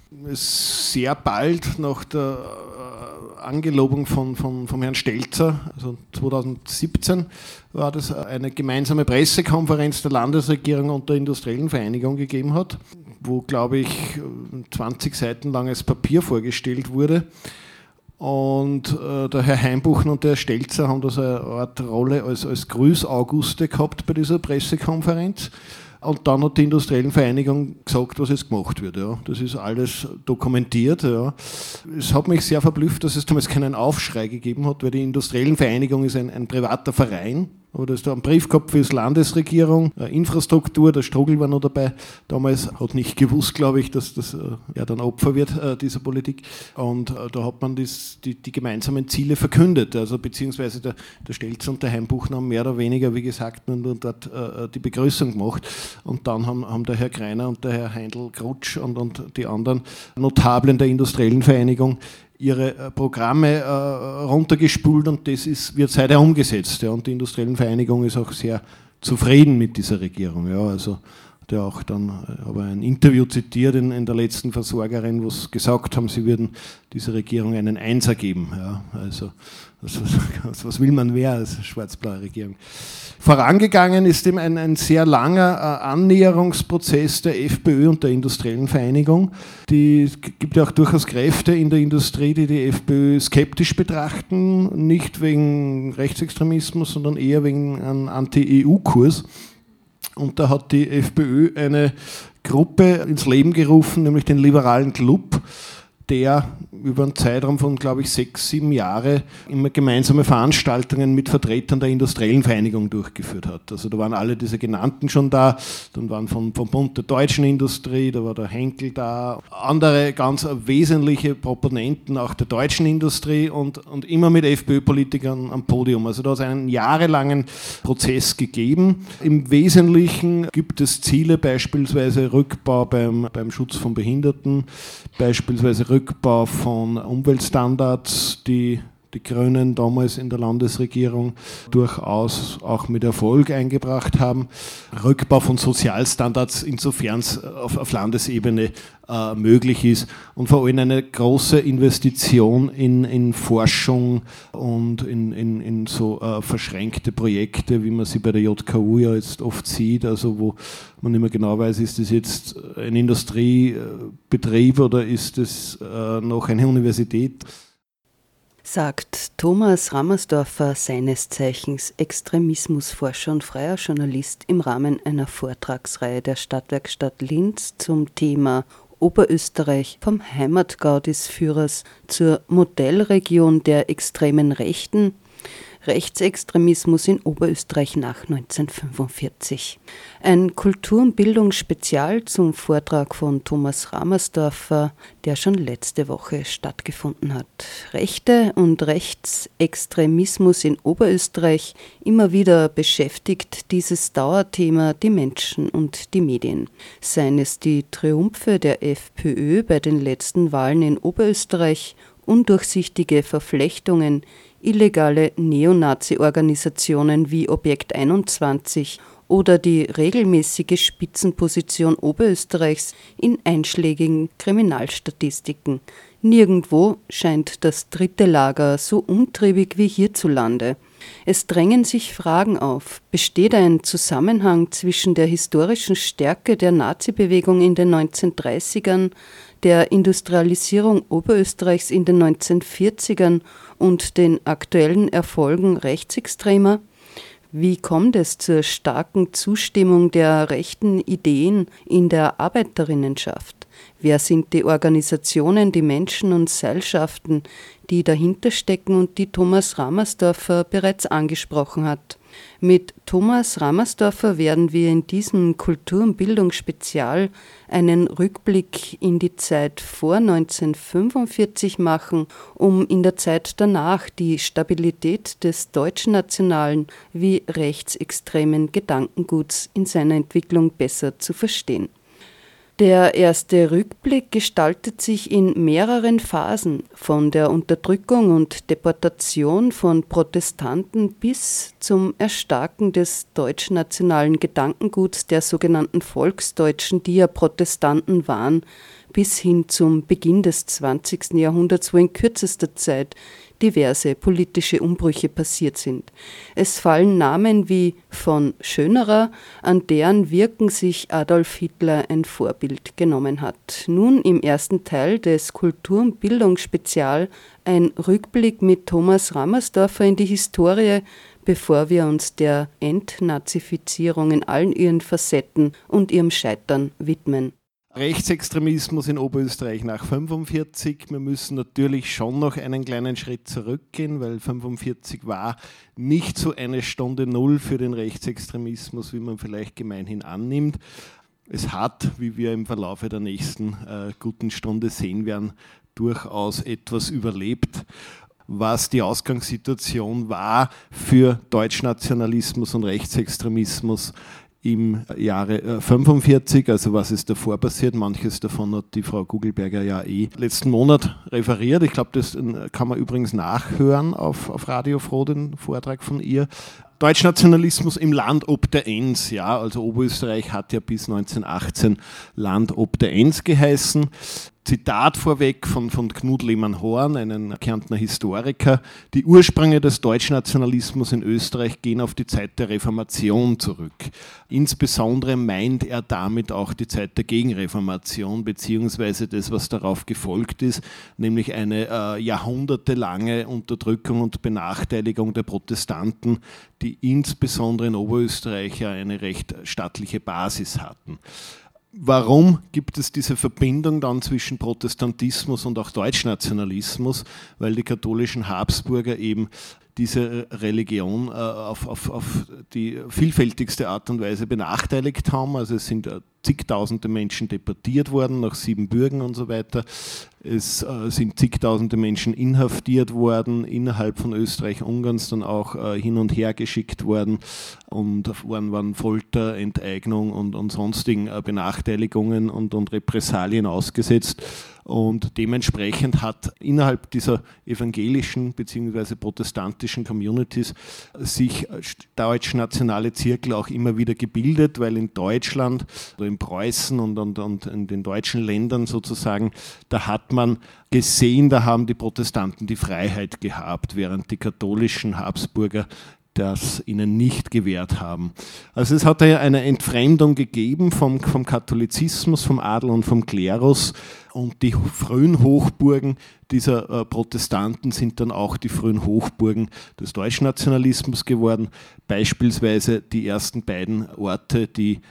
sehr bald nach der Angelobung vom Herrn Stelzer, also 2017, war das eine gemeinsame Pressekonferenz der Landesregierung und der Industriellen Vereinigung gegeben hat, wo, glaube ich, 20 Seiten langes Papier vorgestellt wurde. Und der Herr Hainbuchen und der Herr Stelzer haben da so eine Art Rolle als Grüß-Auguste gehabt bei dieser Pressekonferenz. Und dann hat die Industriellen Vereinigung gesagt, was jetzt gemacht wird. Ja. Das ist alles dokumentiert. Ja. Es hat mich sehr verblüfft, dass es damals keinen Aufschrei gegeben hat, weil die Industriellen Vereinigung ist ein privater Verein. Aber da ist da ein Brief gehabt für die Landesregierung, Infrastruktur, der Strugel war noch dabei. Damals hat nicht gewusst, glaube ich, dass das dann Opfer wird dieser Politik. Und da hat man die gemeinsamen Ziele verkündet. Also beziehungsweise der Stelzer und der Hainbuchen haben mehr oder weniger, wie gesagt, nur dort die Begrüßung gemacht. Und dann haben der Herr Greiner und der Herr Heindl-Grutsch und die anderen Notablen der Industriellen Vereinigung ihre Programme runtergespult und das wird seither umgesetzt. Ja. Und die Industriellen Vereinigung ist auch sehr zufrieden mit dieser Regierung. Ja. Also der auch dann aber ein Interview zitiert in der letzten Versorgerin, wo sie gesagt haben, sie würden dieser Regierung einen Einser geben. Ja. Also was will man mehr als schwarz-blaue Regierung? Vorangegangen ist dem ein sehr langer Annäherungsprozess der FPÖ und der Industriellen Vereinigung. Es gibt ja auch durchaus Kräfte in der Industrie, die FPÖ skeptisch betrachten, nicht wegen Rechtsextremismus, sondern eher wegen einem Anti-EU-Kurs. Und da hat die FPÖ eine Gruppe ins Leben gerufen, nämlich den Liberalen Club, der über einen Zeitraum von, glaube ich, 6, 7 Jahre immer gemeinsame Veranstaltungen mit Vertretern der Industriellen Vereinigung durchgeführt hat. Also da waren alle diese genannten schon da, dann waren vom Bund der deutschen Industrie, da war der Henkel da, andere ganz wesentliche Proponenten auch der deutschen Industrie und immer mit FPÖ-Politikern am Podium. Also da hat es einen jahrelangen Prozess gegeben. Im Wesentlichen gibt es Ziele, beispielsweise Rückbau beim Schutz von Behinderten, beispielsweise Rückbau von Umweltstandards, die Grünen damals in der Landesregierung durchaus auch mit Erfolg eingebracht haben. Rückbau von Sozialstandards, insofern es auf Landesebene möglich ist. Und vor allem eine große Investition in Forschung und in so verschränkte Projekte, wie man sie bei der JKU ja jetzt oft sieht, also wo man nicht mehr genau weiß, ist das jetzt ein Industriebetrieb oder ist das noch eine Universität? Sagt Thomas Rammersdorfer, seines Zeichens Extremismusforscher und freier Journalist, im Rahmen einer Vortragsreihe der Stadtwerkstatt Linz zum Thema Oberösterreich vom Heimatgau des Führers zur Modellregion der extremen Rechten, Rechtsextremismus in Oberösterreich nach 1945. Ein Kultur- und Bildungsspezial zum Vortrag von Thomas Rammersdorfer, der schon letzte Woche stattgefunden hat. Rechte und Rechtsextremismus in Oberösterreich, immer wieder beschäftigt dieses Dauerthema die Menschen und die Medien. Seien es die Triumphe der FPÖ bei den letzten Wahlen in Oberösterreich, undurchsichtige Verflechtungen, illegale Neonazi-Organisationen wie Objekt 21 oder die regelmäßige Spitzenposition Oberösterreichs in einschlägigen Kriminalstatistiken. Nirgendwo scheint das dritte Lager so umtriebig wie hierzulande. Es drängen sich Fragen auf. Besteht ein Zusammenhang zwischen der historischen Stärke der Nazi-Bewegung in den 1930ern, der Industrialisierung Oberösterreichs in den 1940ern und den aktuellen Erfolgen Rechtsextremer? Wie kommt es zur starken Zustimmung der rechten Ideen in der Arbeiterinnenschaft? Wer sind die Organisationen, die Menschen und Seilschaften, die dahinter stecken und die Thomas Rammersdorfer bereits angesprochen hat? Mit Thomas Rammersdorfer werden wir in diesem Kultur- und Bildungsspezial einen Rückblick in die Zeit vor 1945 machen, um in der Zeit danach die Stabilität des deutschnationalen wie rechtsextremen Gedankenguts in seiner Entwicklung besser zu verstehen. Der erste Rückblick gestaltet sich in mehreren Phasen, von der Unterdrückung und Deportation von Protestanten bis zum Erstarken des deutschnationalen Gedankenguts der sogenannten Volksdeutschen, die ja Protestanten waren, bis hin zum Beginn des 20. Jahrhunderts, wo in kürzester Zeit diverse politische Umbrüche passiert sind. Es fallen Namen wie von Schönerer, an deren Wirken sich Adolf Hitler ein Vorbild genommen hat. Nun im ersten Teil des Kultur- und Bildungsspezial ein Rückblick mit Thomas Rammersdorfer in die Historie, bevor wir uns der Entnazifizierung in allen ihren Facetten und ihrem Scheitern widmen. Rechtsextremismus in Oberösterreich nach 1945. Wir müssen natürlich schon noch einen kleinen Schritt zurückgehen, weil 1945 war nicht so eine Stunde Null für den Rechtsextremismus, wie man vielleicht gemeinhin annimmt. Es hat, wie wir im Verlauf der nächsten guten Stunde sehen werden, durchaus etwas überlebt. Was die Ausgangssituation war für Deutschnationalismus und Rechtsextremismus im Jahre 1945, also was ist davor passiert, manches davon hat die Frau Gugelberger ja letzten Monat referiert. Ich glaube, das kann man übrigens nachhören auf Radio Froh, den Vortrag von ihr. Deutschnationalismus im Land ob der Enns, ja, also Oberösterreich hat ja bis 1918 Land ob der Enns geheißen. Zitat vorweg von Knut Lehmann-Horn, einem Kärntner Historiker: Die Ursprünge des Deutschnationalismus in Österreich gehen auf die Zeit der Reformation zurück. Insbesondere meint er damit auch die Zeit der Gegenreformation, beziehungsweise das, was darauf gefolgt ist, nämlich eine jahrhundertelange Unterdrückung und Benachteiligung der Protestanten, die insbesondere in Oberösterreich ja eine recht stattliche Basis hatten. Warum gibt es diese Verbindung dann zwischen Protestantismus und auch Deutschnationalismus? Weil die katholischen Habsburger eben diese Religion auf die vielfältigste Art und Weise benachteiligt haben. Also es sind zigtausende Menschen deportiert worden nach Siebenbürgen und so weiter. Es sind zigtausende Menschen inhaftiert worden, innerhalb von Österreich, Ungarns dann auch hin und her geschickt worden und waren Folter, Enteignung und sonstigen Benachteiligungen und Repressalien ausgesetzt. Und dementsprechend hat innerhalb dieser evangelischen bzw. protestantischen Communities sich deutsch-nationale Zirkel auch immer wieder gebildet, weil in Deutschland oder in Preußen und in den deutschen Ländern sozusagen, da hat man gesehen, da haben die Protestanten die Freiheit gehabt, während die katholischen Habsburger das ihnen nicht gewährt haben. Also es hat ja eine Entfremdung gegeben vom Katholizismus, vom Adel und vom Klerus, und die frühen Hochburgen dieser Protestanten sind dann auch die frühen Hochburgen des Deutschnationalismus geworden. Beispielsweise die ersten beiden Orte, die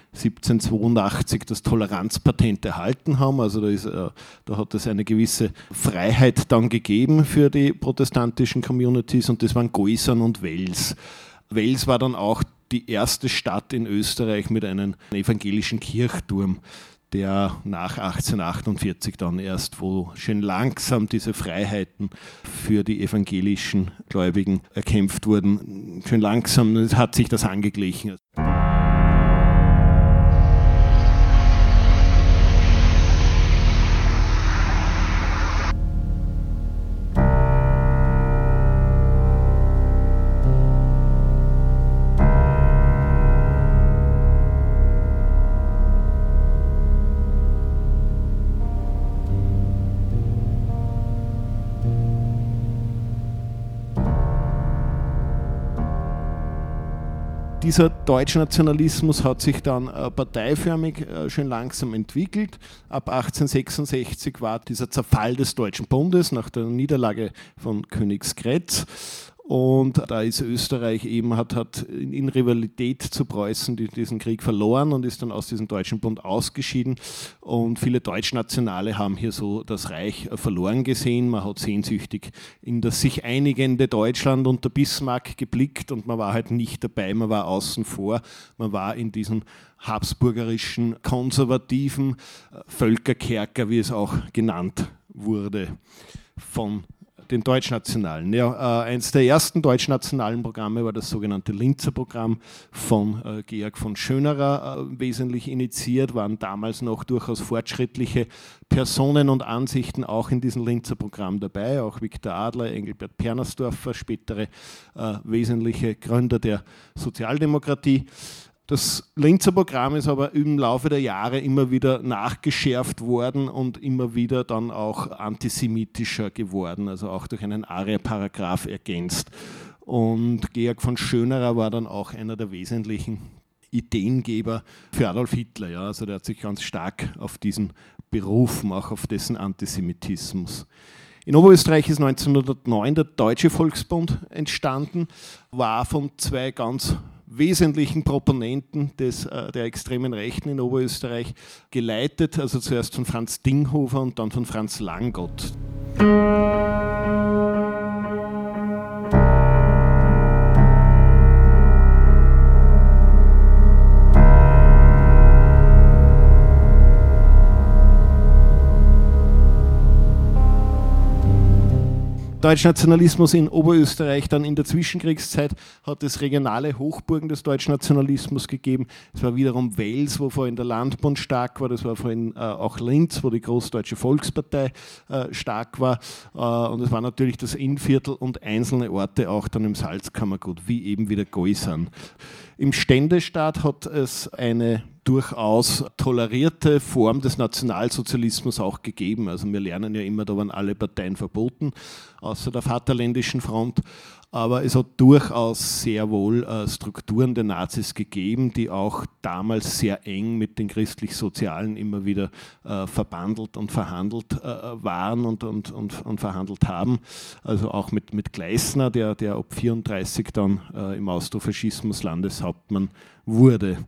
1782 das Toleranzpatent erhalten haben. Also da hat es eine gewisse Freiheit dann gegeben für die protestantischen Communities, und das waren Geusern und Wels. Wels war dann auch die erste Stadt in Österreich mit einem evangelischen Kirchturm, der nach 1848 dann erst, wo schön langsam diese Freiheiten für die evangelischen Gläubigen erkämpft wurden. Schön langsam hat sich das angeglichen. Dieser Deutschnationalismus hat sich dann parteiförmig schön langsam entwickelt. Ab 1866 war dieser Zerfall des Deutschen Bundes nach der Niederlage von Königsgrätz. Und da ist Österreich eben, hat in Rivalität zu Preußen diesen Krieg verloren und ist dann aus diesem Deutschen Bund ausgeschieden. Und viele Deutschnationale haben hier so das Reich verloren gesehen. Man hat sehnsüchtig in das sich einigende Deutschland unter Bismarck geblickt, und man war halt nicht dabei, man war außen vor. Man war in diesem habsburgerischen, konservativen Völkerkerker, wie es auch genannt wurde, von den Deutschnationalen. Ja, eines der ersten deutschnationalen Programme war das sogenannte Linzer Programm von Georg von Schönerer, wesentlich initiiert, waren damals noch durchaus fortschrittliche Personen und Ansichten auch in diesem Linzer Programm dabei, auch Viktor Adler, Engelbert Pernersdorfer, spätere wesentliche Gründer der Sozialdemokratie. Das Linzer Programm ist aber im Laufe der Jahre immer wieder nachgeschärft worden und immer wieder dann auch antisemitischer geworden, also auch durch einen ARIA-Paragraph ergänzt. Und Georg von Schönerer war dann auch einer der wesentlichen Ideengeber für Adolf Hitler. Ja. Also der hat sich ganz stark auf diesen berufen, auch auf dessen Antisemitismus. In Oberösterreich ist 1909 der Deutsche Volksbund entstanden, war von zwei ganz wesentlichen Proponenten der extremen Rechten in Oberösterreich geleitet, also zuerst von Franz Dinghofer und dann von Franz Langott. Deutschnationalismus in Oberösterreich dann in der Zwischenkriegszeit hat es regionale Hochburgen des Deutschnationalismus gegeben. Es war wiederum Wels, wo vorhin der Landbund stark war, das war vorhin auch Linz, wo die Großdeutsche Volkspartei stark war, und es war natürlich das Innviertel und einzelne Orte auch dann im Salzkammergut, wie eben wieder Goisern. Im Ständestaat hat es eine durchaus tolerierte Form des Nationalsozialismus auch gegeben. Also wir lernen ja immer, da waren alle Parteien verboten, außer der Vaterländischen Front. Aber es hat durchaus sehr wohl Strukturen der Nazis gegeben, die auch damals sehr eng mit den Christlich-Sozialen immer wieder verbandelt und verhandelt waren und verhandelt haben. Also auch mit Gleisner, der ab 1934 dann im Austrofaschismus Landeshauptmann wurde.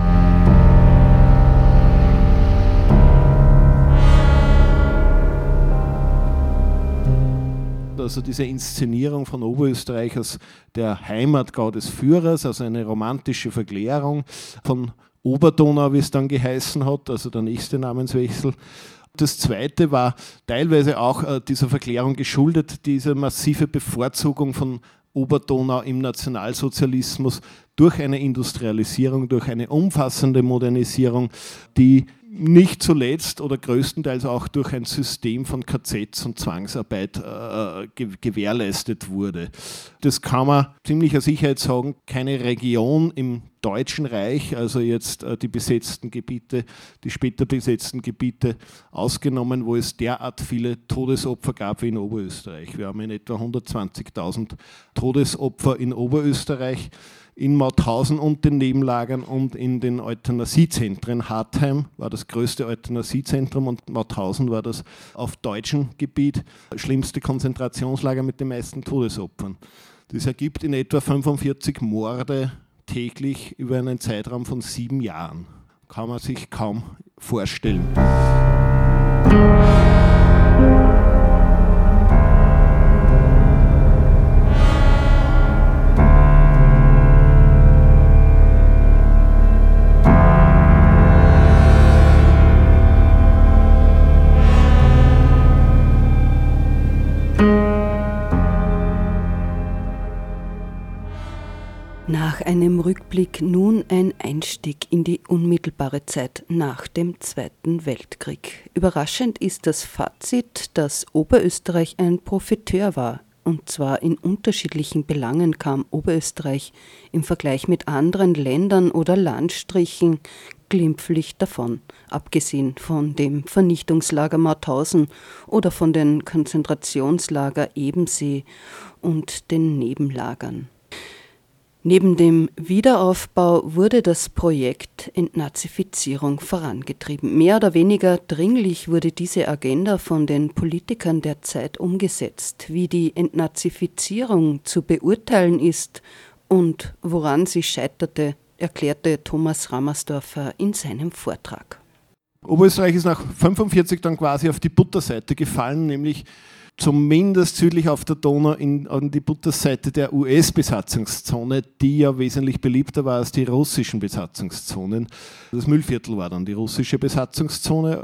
Also diese Inszenierung von Oberösterreich als der Heimatgau des Führers, also eine romantische Verklärung von Oberdonau, wie es dann geheißen hat, also der nächste Namenswechsel. Das Zweite war teilweise auch dieser Verklärung geschuldet, diese massive Bevorzugung von Oberdonau im Nationalsozialismus durch eine Industrialisierung, durch eine umfassende Modernisierung, die nicht zuletzt oder größtenteils auch durch ein System von KZs und Zwangsarbeit gewährleistet wurde. Das kann man ziemlicher Sicherheit sagen, keine Region im Deutschen Reich, also jetzt die besetzten Gebiete, die später besetzten Gebiete ausgenommen, wo es derart viele Todesopfer gab wie in Oberösterreich. Wir haben in etwa 120.000 Todesopfer in Oberösterreich, in Mauthausen und den Nebenlagern und in den Euthanasiezentren. Hartheim war das größte Euthanasiezentrum und Mauthausen war das auf deutschem Gebiet schlimmste Konzentrationslager mit den meisten Todesopfern. Das ergibt in etwa 45 Morde täglich über einen Zeitraum von 7 Jahren. Kann man sich kaum vorstellen. Nach einem Rückblick nun ein Einstieg in die unmittelbare Zeit nach dem Zweiten Weltkrieg. Überraschend ist das Fazit, dass Oberösterreich ein Profiteur war. Und zwar in unterschiedlichen Belangen kam Oberösterreich im Vergleich mit anderen Ländern oder Landstrichen glimpflich davon, abgesehen von dem Vernichtungslager Mauthausen oder von den Konzentrationslager Ebensee und den Nebenlagern. Neben dem Wiederaufbau wurde das Projekt Entnazifizierung vorangetrieben. Mehr oder weniger dringlich wurde diese Agenda von den Politikern der Zeit umgesetzt. Wie die Entnazifizierung zu beurteilen ist und woran sie scheiterte, erklärte Thomas Rammersdorfer in seinem Vortrag. Oberösterreich ist nach 1945 dann quasi auf die Butterseite gefallen, nämlich zumindest südlich auf der Donau an die Butterseite der US-Besatzungszone, die ja wesentlich beliebter war als die russischen Besatzungszonen. Das Mühlviertel war dann die russische Besatzungszone.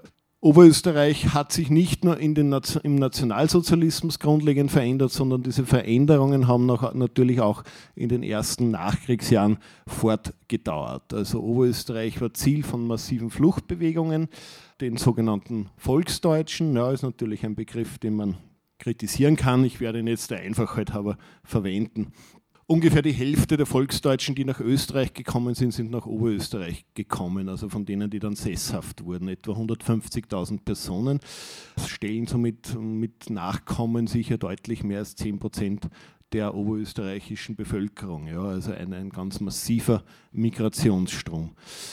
Oberösterreich hat sich nicht nur im Nationalsozialismus grundlegend verändert, sondern diese Veränderungen haben natürlich auch in den ersten Nachkriegsjahren fortgedauert. Also Oberösterreich war Ziel von massiven Fluchtbewegungen, den sogenannten Volksdeutschen. Ja, ist natürlich ein Begriff, den man kritisieren kann. Ich werde ihn jetzt der Einfachheit halber verwenden. Ungefähr die Hälfte der Volksdeutschen, die nach Österreich gekommen sind, sind nach Oberösterreich gekommen, also von denen, die dann sesshaft wurden, etwa 150.000 Personen. Das stellen somit mit Nachkommen sicher deutlich mehr als 10% der oberösterreichischen Bevölkerung. Ja, also ein ganz massiver Migrationsstrom.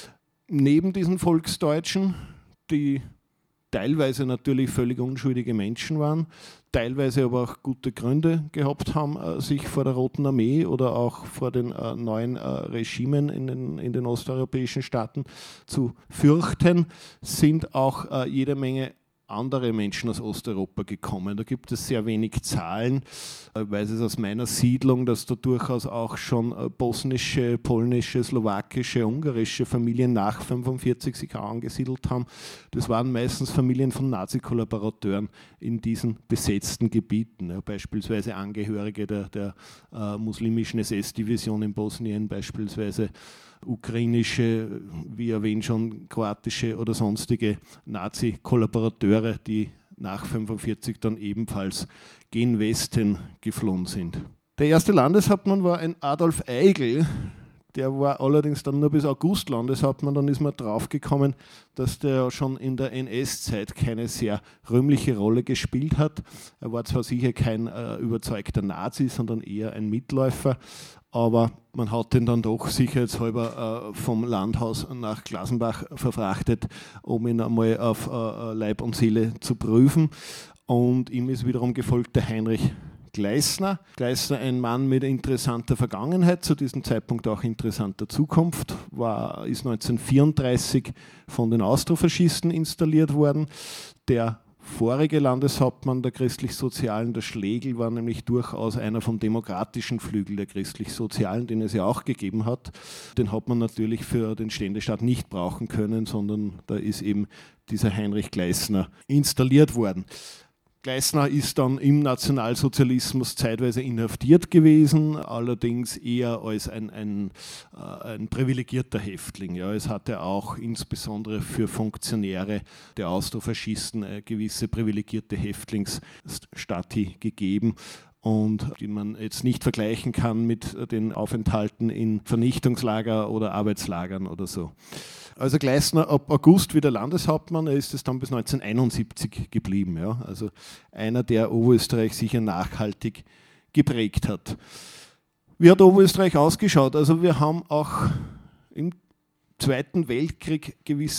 Neben diesen Volksdeutschen, die teilweise natürlich völlig unschuldige Menschen waren, teilweise aber auch gute Gründe gehabt haben, sich vor der Roten Armee oder auch vor den neuen Regimen in den osteuropäischen Staaten zu fürchten, sind auch jede Menge andere Menschen aus Osteuropa gekommen. Da gibt es sehr wenig Zahlen. Ich weiß es aus meiner Siedlung, dass da durchaus auch schon bosnische, polnische, slowakische, ungarische Familien nach 1945 sich auch angesiedelt haben. Das waren meistens Familien von Nazi-Kollaborateuren in diesen besetzten Gebieten. Ja, beispielsweise Angehörige der muslimischen SS-Division in Bosnien, beispielsweise ukrainische, wie erwähnt schon, kroatische oder sonstige Nazi-Kollaborateure, die nach 1945 dann ebenfalls gen Westen geflohen sind. Der erste Landeshauptmann war ein Adolf Eigl, der war allerdings dann nur bis August Landeshauptmann, dann ist man draufgekommen, dass der schon in der NS-Zeit keine sehr rühmliche Rolle gespielt hat. Er war zwar sicher kein überzeugter Nazi, sondern eher ein Mitläufer, aber man hat ihn dann doch sicherheitshalber vom Landhaus nach Glasenbach verfrachtet, um ihn einmal auf Leib und Seele zu prüfen. Und ihm ist wiederum gefolgt der Heinrich Gleisner. Gleisner, ein Mann mit interessanter Vergangenheit, zu diesem Zeitpunkt auch interessanter Zukunft, ist 1934 von den Austrofaschisten installiert worden. Der vorige Landeshauptmann der Christlich-Sozialen, der Schlegel, war nämlich durchaus einer vom demokratischen Flügel der Christlich-Sozialen, den es ja auch gegeben hat. Den hat man natürlich für den Ständestaat nicht brauchen können, sondern da ist eben dieser Heinrich Gleisner installiert worden. Gleisner ist dann im Nationalsozialismus zeitweise inhaftiert gewesen, allerdings eher als ein privilegierter Häftling. Ja, es hatte auch insbesondere für Funktionäre der Austrofaschisten eine gewisse privilegierte Häftlingsstati gegeben, und die man jetzt nicht vergleichen kann mit den Aufenthalten in Vernichtungslager oder Arbeitslagern oder so. Also Gleisner ab August wieder Landeshauptmann, er ist es dann bis 1971 geblieben. Ja? Also einer, der Oberösterreich sicher nachhaltig geprägt hat. Wie hat Oberösterreich ausgeschaut? Also wir haben auch im Zweiten Weltkrieg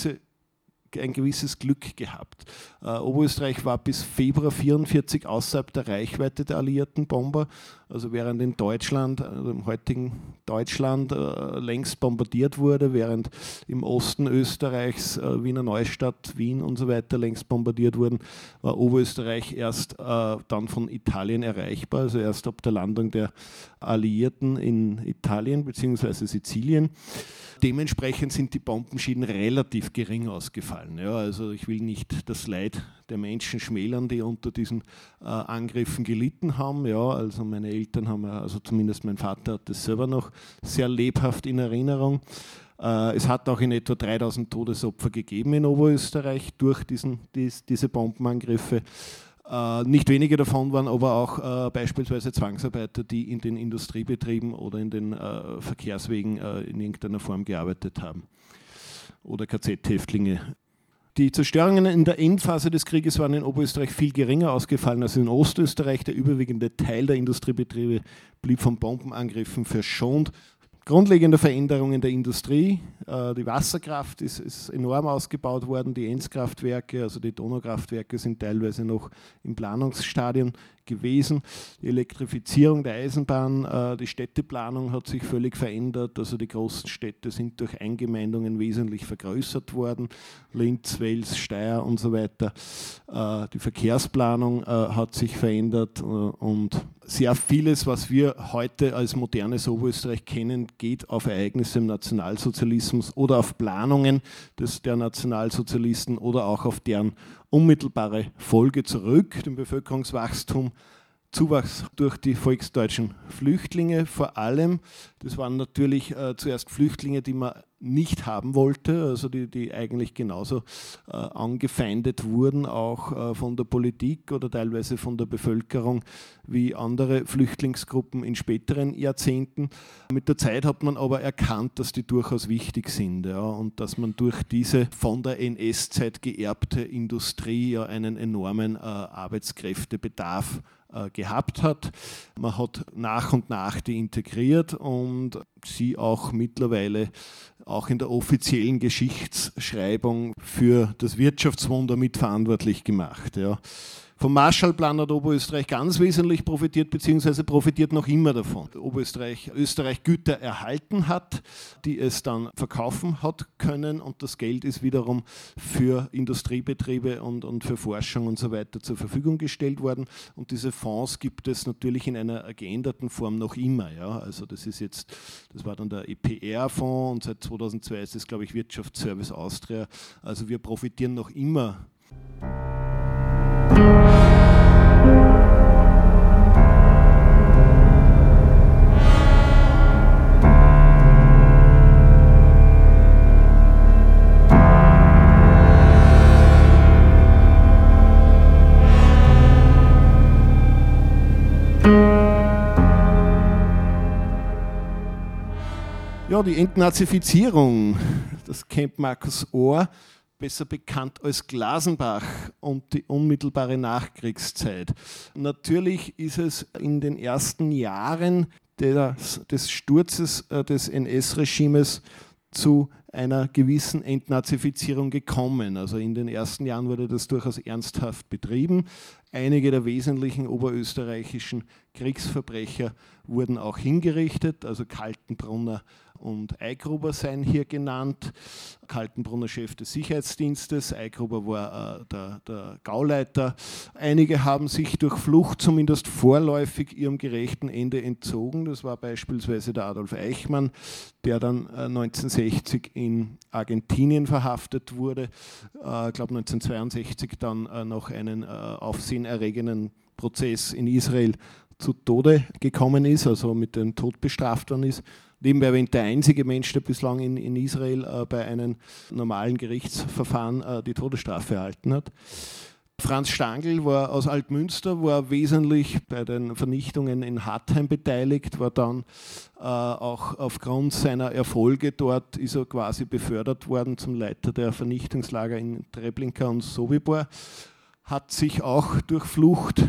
ein gewisses Glück gehabt. Oberösterreich war bis Februar 1944 außerhalb der Reichweite der alliierten Bomber, also während in Deutschland, im heutigen Deutschland, längst bombardiert wurde, während im Osten Österreichs, Wiener Neustadt, Wien und so weiter längst bombardiert wurden, war Oberösterreich erst dann von Italien erreichbar, also erst ab der Landung der Alliierten in Italien bzw. Sizilien. Dementsprechend sind die Bombenschäden relativ gering ausgefallen. Ja, also ich will nicht das Leid der Menschen schmälern, die unter diesen Angriffen gelitten haben. Ja, also meine Eltern haben, also zumindest mein Vater hat das selber noch sehr lebhaft in Erinnerung. Es hat auch in etwa 3000 Todesopfer gegeben in Oberösterreich durch diese Bombenangriffe. Nicht wenige davon waren aber auch beispielsweise Zwangsarbeiter, die in den Industriebetrieben oder in den Verkehrswegen in irgendeiner Form gearbeitet haben. Oder KZ-Häftlinge. Die Zerstörungen in der Endphase des Krieges waren in Oberösterreich viel geringer ausgefallen als in Ostösterreich. Der überwiegende Teil der Industriebetriebe blieb von Bombenangriffen verschont. Grundlegende Veränderungen der Industrie, die Wasserkraft ist enorm ausgebaut worden, die Enzkraftwerke, also die Donaukraftwerke sind teilweise noch im Planungsstadium gewesen. Die Elektrifizierung der Eisenbahn, die Städteplanung hat sich völlig verändert, also die großen Städte sind durch Eingemeindungen wesentlich vergrößert worden, Linz, Wels, Steyr und so weiter. Die Verkehrsplanung hat sich verändert und Sehr vieles, was wir heute als modernes Oberösterreich kennen, geht auf Ereignisse im Nationalsozialismus oder auf Planungen der Nationalsozialisten oder auch auf deren unmittelbare Folge zurück, dem Bevölkerungswachstum, Zuwachs durch die volksdeutschen Flüchtlinge vor allem. Das waren natürlich zuerst Flüchtlinge, die man nicht haben wollte, also die eigentlich genauso angefeindet wurden, auch von der Politik oder teilweise von der Bevölkerung wie andere Flüchtlingsgruppen in späteren Jahrzehnten. Mit der Zeit hat man aber erkannt, dass die durchaus wichtig sind, ja, und dass man durch diese von der NS-Zeit geerbte Industrie ja einen enormen Arbeitskräftebedarf gehabt hat. Man hat nach und nach die integriert und sie auch mittlerweile auch in der offiziellen Geschichtsschreibung für das Wirtschaftswunder mitverantwortlich gemacht. Ja. Vom Marshallplan hat Oberösterreich ganz wesentlich profitiert, beziehungsweise profitiert noch immer davon. Österreich Güter erhalten hat, die es dann verkaufen hat können, und das Geld ist wiederum für Industriebetriebe und für Forschung und so weiter zur Verfügung gestellt worden. Und diese Fonds gibt es natürlich in einer geänderten Form noch immer. Ja. Also das war dann der EPR-Fonds und seit 2002 ist es, glaube ich, Wirtschaftsservice Austria. Also wir profitieren noch immer. Ja, die Entnazifizierung, das kennt Markus Ohr, besser bekannt als Glasenbach, und die unmittelbare Nachkriegszeit. Natürlich ist es in den ersten Jahren des Sturzes des NS-Regimes zu einer gewissen Entnazifizierung gekommen. Also in den ersten Jahren wurde das durchaus ernsthaft betrieben. Einige der wesentlichen oberösterreichischen Kriegsverbrecher wurden auch hingerichtet, also Kaltenbrunner und Eigruber seien hier genannt. Kaltenbrunner Chef des Sicherheitsdienstes, Eigruber war der Gauleiter. Einige haben sich durch Flucht zumindest vorläufig ihrem gerechten Ende entzogen. Das war beispielsweise der Adolf Eichmann, der dann 1960 in Argentinien verhaftet wurde. Ich glaube 1962 dann noch einen aufsehenerregenden Prozess in Israel zu Tode gekommen ist, also mit dem Tod bestraft worden ist. Nebenbei erwähnt der einzige Mensch, der bislang in Israel bei einem normalen Gerichtsverfahren die Todesstrafe erhalten hat. Franz Stangl war aus Altmünster, war wesentlich bei den Vernichtungen in Hartheim beteiligt, war dann auch aufgrund seiner Erfolge dort, ist er quasi befördert worden zum Leiter der Vernichtungslager in Treblinka und Sobibor, hat sich auch durch Flucht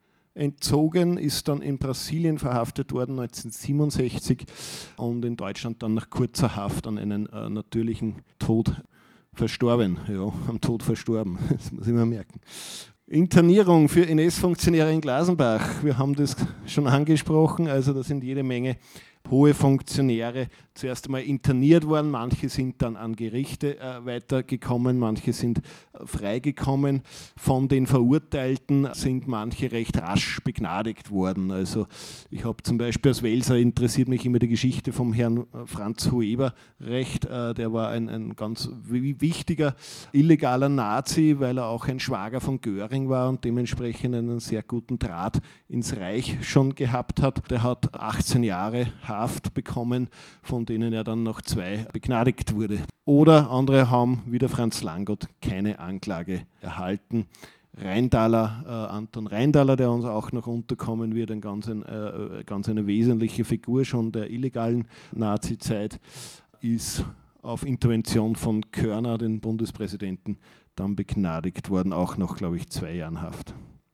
entzogen, ist dann in Brasilien verhaftet worden 1967 und in Deutschland dann nach kurzer Haft an einen natürlichen Tod verstorben. Ja, am Tod verstorben, das muss ich mir merken. Internierung für NS-Funktionäre in Glasenbach, wir haben das schon angesprochen, also da sind jede Menge hohe Funktionäre zuerst einmal interniert worden, manche sind dann an Gerichte weitergekommen, manche sind freigekommen. Von den Verurteilten sind manche recht rasch begnadigt worden. Also ich habe zum Beispiel als Welser, interessiert mich immer die Geschichte vom Herrn Franz Hueber recht, der war ein ganz wichtiger illegaler Nazi, weil er auch ein Schwager von Göring war und dementsprechend einen sehr guten Draht ins Reich schon gehabt hat. Der hat 18 Jahre Haft bekommen, von denen er dann noch 2 begnadigt wurde. Oder andere haben, wie der Franz Langott, keine Anklage erhalten. Anton Reindaler, der uns auch noch unterkommen wird, ganz eine wesentliche Figur schon der illegalen Nazizeit, ist auf Intervention von Körner, den Bundespräsidenten, dann begnadigt worden, auch noch, glaube ich, 2 Jahren Haft.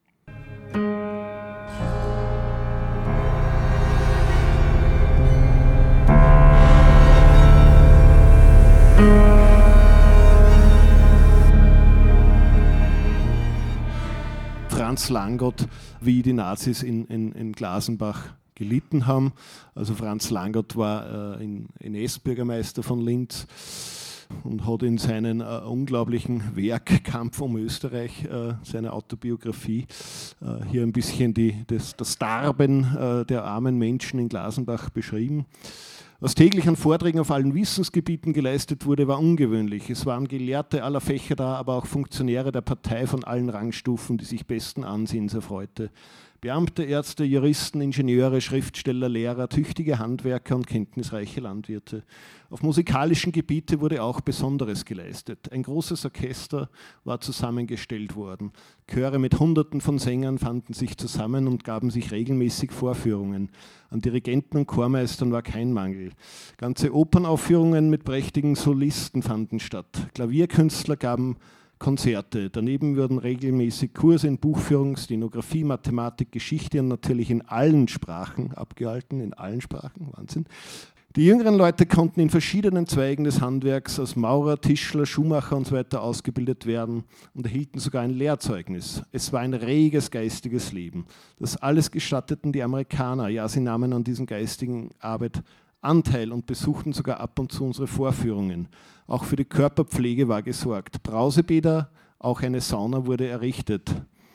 Franz Langott, wie die Nazis in Glasenbach gelitten haben. Also Franz Langott war NS-Bürgermeister von Linz. und hat in seinem unglaublichen Werk Kampf um Österreich, seine Autobiografie, hier ein bisschen das Darben der armen Menschen in Glasenbach beschrieben. Was täglich an Vorträgen auf allen Wissensgebieten geleistet wurde, war ungewöhnlich. Es waren Gelehrte aller Fächer da, aber auch Funktionäre der Partei von allen Rangstufen, die sich besten Ansehens erfreute. Beamte, Ärzte, Juristen, Ingenieure, Schriftsteller, Lehrer, tüchtige Handwerker und kenntnisreiche Landwirte. Auf musikalischen Gebiete wurde auch Besonderes geleistet. Ein großes Orchester war zusammengestellt worden. Chöre mit Hunderten von Sängern fanden sich zusammen und gaben sich regelmäßig Vorführungen. An Dirigenten und Chormeistern war kein Mangel. Ganze Opernaufführungen mit prächtigen Solisten fanden statt. Klavierkünstler gaben Konzerte. Daneben wurden regelmäßig Kurse in Buchführung, Stenografie, Mathematik, Geschichte und natürlich in allen Sprachen abgehalten. In allen Sprachen, Wahnsinn. Die jüngeren Leute konnten in verschiedenen Zweigen des Handwerks als Maurer, Tischler, Schuhmacher und so weiter ausgebildet werden und erhielten sogar ein Lehrzeugnis. Es war ein reges geistiges Leben. Das alles gestatteten die Amerikaner. Ja, sie nahmen an diesen geistigen Arbeit Anteil und besuchten sogar ab und zu unsere Vorführungen. Auch für die Körperpflege war gesorgt. Brausebäder, auch eine Sauna wurde errichtet.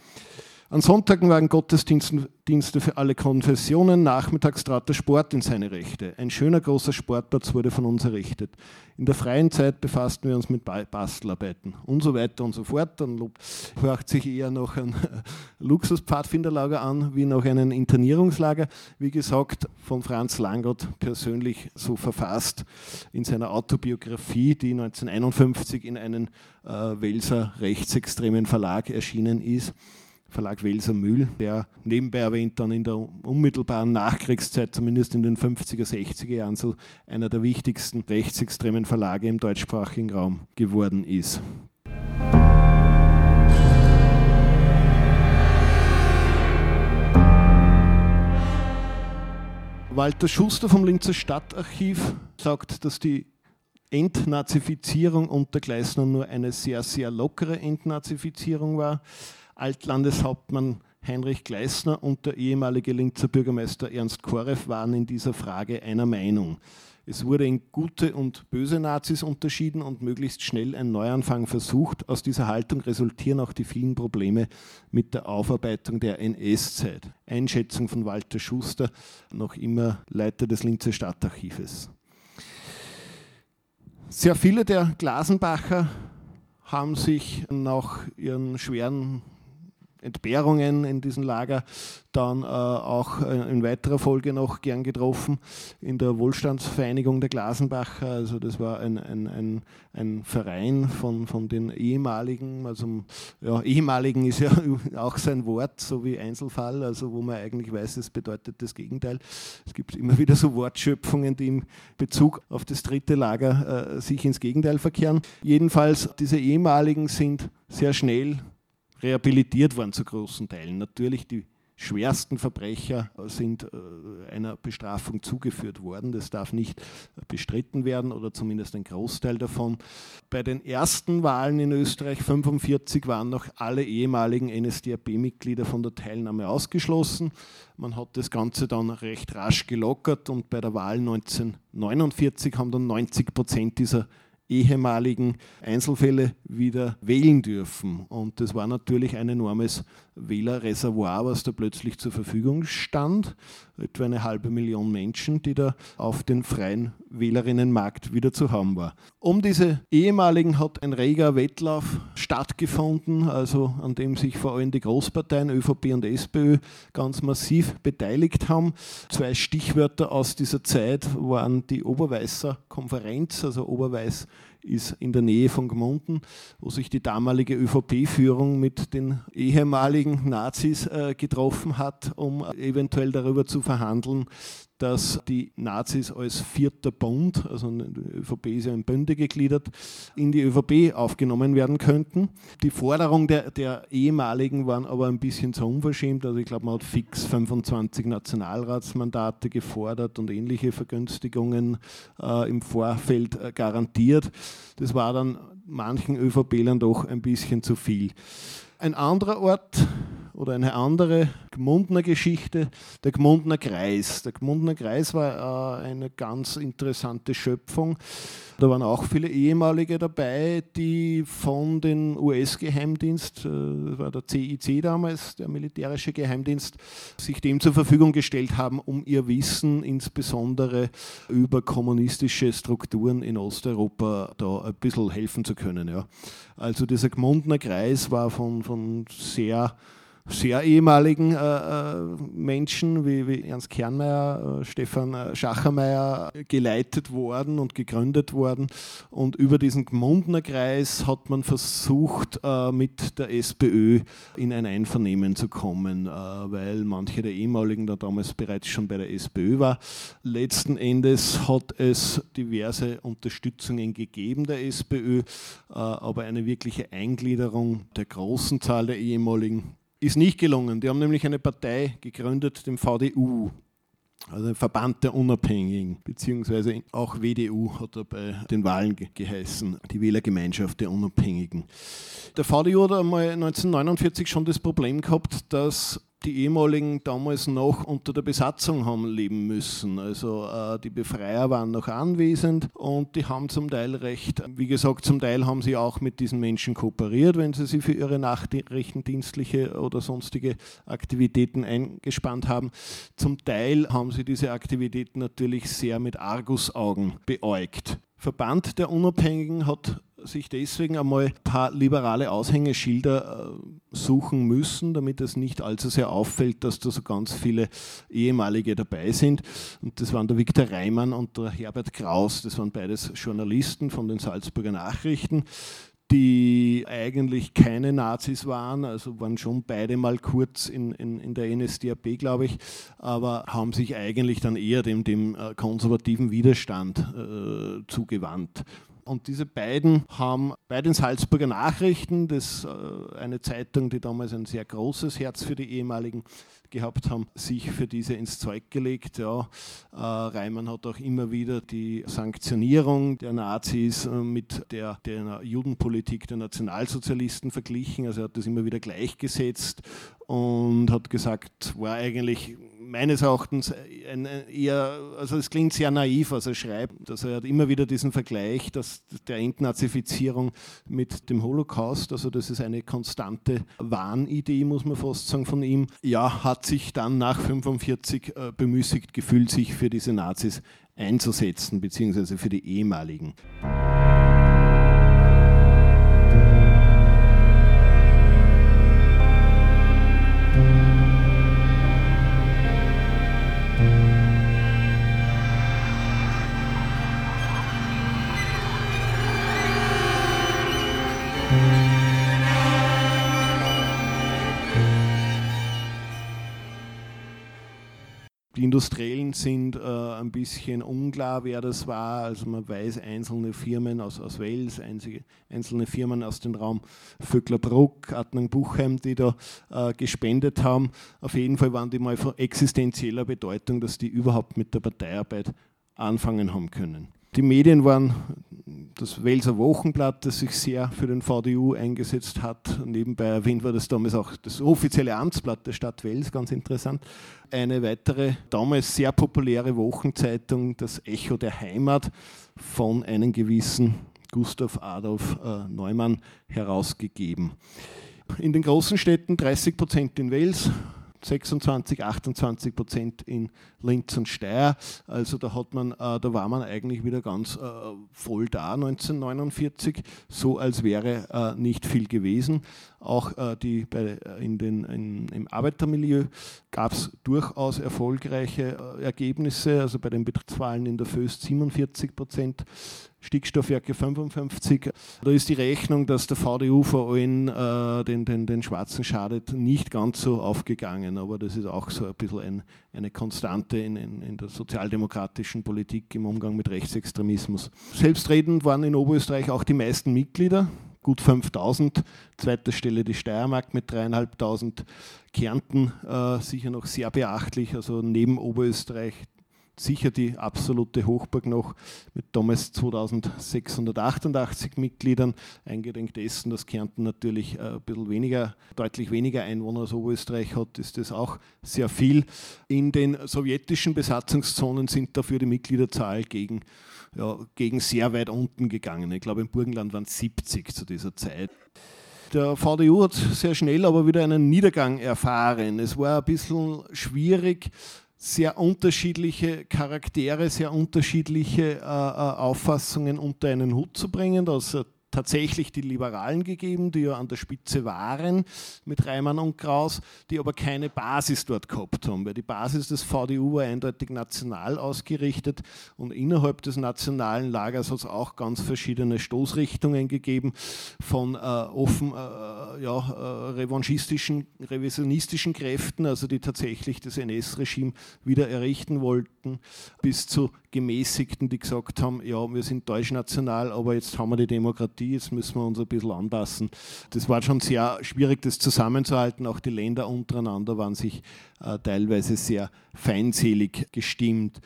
An Sonntagen waren Gottesdienste für alle Konfessionen, nachmittags trat der Sport in seine Rechte. Ein schöner großer Sportplatz wurde von uns errichtet. In der freien Zeit befassten wir uns mit Bastelarbeiten und so weiter und so fort. Dann hört sich eher noch ein Luxuspfadfinderlager an, wie noch ein Internierungslager. Wie gesagt, von Franz Langott persönlich so verfasst in seiner Autobiografie, die 1951 in einem Welser rechtsextremen Verlag erschienen ist. Verlag Welser Mühl, der nebenbei erwähnt dann in der unmittelbaren Nachkriegszeit, zumindest in den 50er, 60er Jahren, so einer der wichtigsten rechtsextremen Verlage im deutschsprachigen Raum geworden ist. Walter Schuster vom Linzer Stadtarchiv sagt, dass die Entnazifizierung unter Gleisner nur eine sehr, sehr lockere Entnazifizierung war. Altlandeshauptmann Heinrich Gleisner und der ehemalige Linzer Bürgermeister Ernst Koreff waren in dieser Frage einer Meinung. Es wurde in gute und böse Nazis unterschieden und möglichst schnell ein Neuanfang versucht. Aus dieser Haltung resultieren auch die vielen Probleme mit der Aufarbeitung der NS-Zeit. Einschätzung von Walter Schuster, noch immer Leiter des Linzer Stadtarchives. Sehr viele der Glasenbacher haben sich nach ihren schweren Entbehrungen in diesem Lager dann auch in weiterer Folge noch gern getroffen in der Wohlstandsvereinigung der Glasenbacher. Also das war ein Verein von den ehemaligen, also ja, ehemaligen ist ja auch sein Wort, so wie Einzelfall, also wo man eigentlich weiß, es bedeutet das Gegenteil. Es gibt immer wieder so Wortschöpfungen, die im Bezug auf das dritte Lager sich ins Gegenteil verkehren. Jedenfalls, diese ehemaligen sind sehr schnell rehabilitiert worden zu großen Teilen. Natürlich die schwersten Verbrecher sind einer Bestrafung zugeführt worden. Das darf nicht bestritten werden oder zumindest ein Großteil davon. Bei den ersten Wahlen in Österreich 1945 waren noch alle ehemaligen NSDAP-Mitglieder von der Teilnahme ausgeschlossen. Man hat das Ganze dann recht rasch gelockert und bei der Wahl 1949 haben dann 90% dieser ehemaligen Einzelfälle wieder wählen dürfen. Und das war natürlich ein enormes Wählerreservoir, was da plötzlich zur Verfügung stand. Etwa 500.000 Menschen, die da auf den freien Wählerinnenmarkt wieder zu haben war. Um diese ehemaligen hat ein reger Wettlauf stattgefunden, also an dem sich vor allem die Großparteien ÖVP und SPÖ ganz massiv beteiligt haben. 2 Stichwörter aus dieser Zeit waren die Oberweißer Konferenz, also Oberweiß ist in der Nähe von Gmunden, wo sich die damalige ÖVP-Führung mit den ehemaligen Nazis getroffen hat, um eventuell darüber zu verhandeln, dass die Nazis als 4. Bund, also die ÖVP ist ja in Bünde gegliedert, in die ÖVP aufgenommen werden könnten. Die Forderung der ehemaligen waren aber ein bisschen zu unverschämt. Also ich glaube, man hat fix 25 Nationalratsmandate gefordert und ähnliche Vergünstigungen im Vorfeld garantiert. Das war dann manchen ÖVPlern doch ein bisschen zu viel. Ein anderer Ort oder eine andere Gmundner Geschichte, der Gmundner Kreis. Der Gmundner Kreis war eine ganz interessante Schöpfung. Da waren auch viele Ehemalige dabei, die von den US-Geheimdienst, das war der CIC damals, der militärische Geheimdienst, sich dem zur Verfügung gestellt haben, um ihr Wissen insbesondere über kommunistische Strukturen in Osteuropa da ein bisschen helfen zu können. Ja. Also dieser Gmundner Kreis war von sehr ehemaligen Menschen wie Ernst Kernmeier, Stefan Schachermeier geleitet worden und gegründet worden. Und über diesen Gmundner Kreis hat man versucht, mit der SPÖ in ein Einvernehmen zu kommen, weil manche der ehemaligen da damals bereits schon bei der SPÖ war. Letzten Endes hat es diverse Unterstützungen gegeben der SPÖ, aber eine wirkliche Eingliederung der großen Zahl der ehemaligen ist nicht gelungen. Die haben nämlich eine Partei gegründet, den VDU, also den Verband der Unabhängigen, beziehungsweise auch WDU hat er bei den Wahlen geheißen, die Wählergemeinschaft der Unabhängigen. Der VDU hat einmal 1949 schon das Problem gehabt, dass die ehemaligen damals noch unter der Besatzung haben leben müssen. Also die Befreier waren noch anwesend und die haben zum Teil recht, wie gesagt, zum Teil haben sie auch mit diesen Menschen kooperiert, wenn sie für ihre nachrichtendienstliche oder sonstige Aktivitäten eingespannt haben. Zum Teil haben sie diese Aktivitäten natürlich sehr mit Argusaugen beäugt. Verband der Unabhängigen hat sich deswegen einmal ein paar liberale Aushängeschilder suchen müssen, damit es nicht allzu sehr auffällt, dass da so ganz viele Ehemalige dabei sind. Und das waren der Viktor Reimann und der Herbert Kraus, das waren beides Journalisten von den Salzburger Nachrichten, die eigentlich keine Nazis waren, also waren schon beide mal kurz in der NSDAP, glaube ich, aber haben sich eigentlich dann eher dem konservativen Widerstand zugewandt. Und diese beiden haben bei den Salzburger Nachrichten, das eine Zeitung, die damals ein sehr großes Herz für die ehemaligen gehabt haben, sich für diese ins Zeug gelegt. Ja. Reimann hat auch immer wieder die Sanktionierung der Nazis mit der Judenpolitik der Nationalsozialisten verglichen. Also er hat das immer wieder gleichgesetzt und hat gesagt, war eigentlich meines Erachtens also es klingt sehr naiv, was er schreibt. Also er hat immer wieder diesen Vergleich, dass der Entnazifizierung mit dem Holocaust, also das ist eine konstante Wahnidee, muss man fast sagen, von ihm, ja, hat sich dann nach 1945 bemüßigt gefühlt, sich für diese Nazis einzusetzen, beziehungsweise für die ehemaligen. Die Industriellen sind ein bisschen unklar, wer das war. Also man weiß einzelne Firmen aus Wels, einzelne Firmen aus dem Raum Vöcklerbruck, Attnang-Buchheim, die da gespendet haben. Auf jeden Fall waren die mal von existenzieller Bedeutung, dass die überhaupt mit der Parteiarbeit anfangen haben können. Die Medien waren das Welser Wochenblatt, das sich sehr für den VDU eingesetzt hat. Nebenbei erwähnt war das damals auch das offizielle Amtsblatt der Stadt Wels, ganz interessant. Eine weitere, damals sehr populäre Wochenzeitung, das Echo der Heimat, von einem gewissen Gustav Adolf Neumann herausgegeben. In den großen Städten 30% in Wels, 26-28% in Linz und Steyr. Also da war man eigentlich wieder ganz voll da 1949, so als wäre nicht viel gewesen. Auch im Arbeitermilieu gab es durchaus erfolgreiche Ergebnisse, also bei den Betriebswahlen in der Föst 47%, Stickstoffwerke 55. Da ist die Rechnung, dass der VDU vor allem den Schwarzen schadet, nicht ganz so aufgegangen, aber das ist auch so ein bisschen eine Konstante in der sozialdemokratischen Politik im Umgang mit Rechtsextremismus. Selbstredend waren in Oberösterreich auch die meisten Mitglieder, gut 5.000, zweiter Stelle die Steiermark mit 3.500, Kärnten sicher noch sehr beachtlich, also neben Oberösterreich sicher die absolute Hochburg noch mit damals 2688 Mitgliedern. Eingedenk dessen, dass Kärnten natürlich ein bisschen weniger, deutlich weniger Einwohner als Oberösterreich hat, ist das auch sehr viel. In den sowjetischen Besatzungszonen sind dafür die Mitgliederzahl gegen sehr weit unten gegangen. Ich glaube, im Burgenland waren es 70 zu dieser Zeit. Der VDU hat sehr schnell aber wieder einen Niedergang erfahren. Es war ein bisschen schwierig, sehr unterschiedliche Charaktere, sehr unterschiedliche Auffassungen unter einen Hut zu bringen. Da hat tatsächlich die Liberalen gegeben, die ja an der Spitze waren mit Reimann und Kraus, die aber keine Basis dort gehabt haben, weil die Basis des VDU war eindeutig national ausgerichtet und innerhalb des nationalen Lagers hat es auch ganz verschiedene Stoßrichtungen gegeben, von revisionistischen Kräften, also die tatsächlich das NS-Regime wieder errichten wollten, bis zu Gemäßigten, die gesagt haben, ja, wir sind deutschnational, aber jetzt haben wir die Demokratie, jetzt müssen wir uns ein bisschen anpassen. Das war schon sehr schwierig, das zusammenzuhalten. Auch die Länder untereinander waren sich teilweise sehr feindselig gestimmt.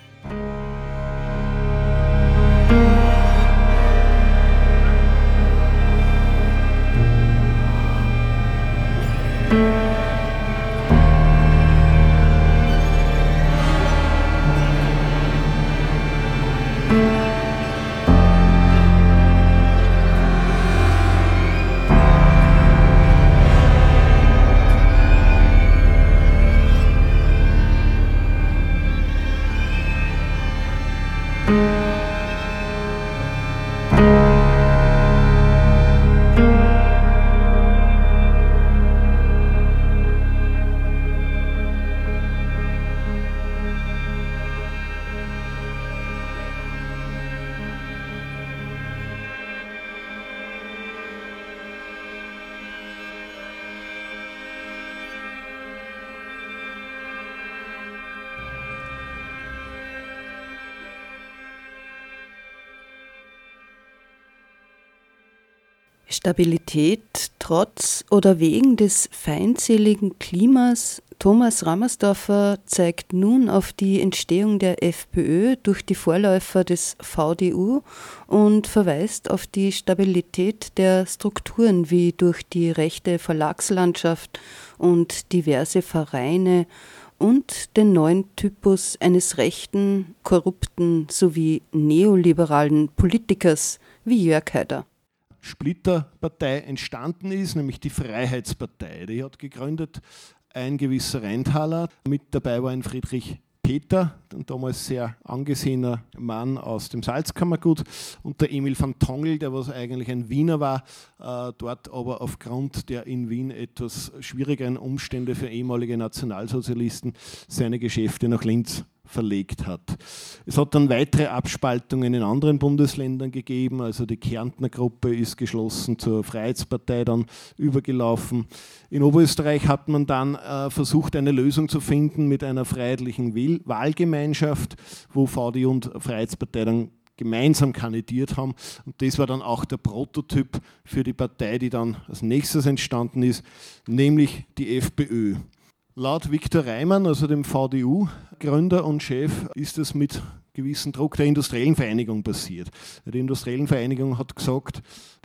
Stabilität trotz oder wegen des feindseligen Klimas. Thomas Rammersdorfer zeigt nun auf die Entstehung der FPÖ durch die Vorläufer des VDU und verweist auf die Stabilität der Strukturen wie durch die rechte Verlagslandschaft und diverse Vereine und den neuen Typus eines rechten, korrupten sowie neoliberalen Politikers wie Jörg Haider. Splitterpartei entstanden ist, nämlich die Freiheitspartei. Die hat gegründet ein gewisser Rheintaler. Mit dabei war ein Friedrich Peter, ein damals sehr angesehener Mann aus dem Salzkammergut, und der Emil van Tongel, der was eigentlich ein Wiener war, dort aber aufgrund der in Wien etwas schwierigeren Umstände für ehemalige Nationalsozialisten seine Geschäfte nach Linz verlegt hat. Es hat dann weitere Abspaltungen in anderen Bundesländern gegeben, also die Kärntner Gruppe ist geschlossen zur Freiheitspartei dann übergelaufen. In Oberösterreich hat man dann versucht, eine Lösung zu finden mit einer freiheitlichen Wahlgemeinschaft, wo VDU und Freiheitspartei dann gemeinsam kandidiert haben, und das war dann auch der Prototyp für die Partei, die dann als nächstes entstanden ist, nämlich die FPÖ. Laut Viktor Reimann, also dem VDU-Gründer und Chef, ist es mit gewissem Druck der Industriellen Vereinigung passiert. Die Industriellen Vereinigung hat gesagt,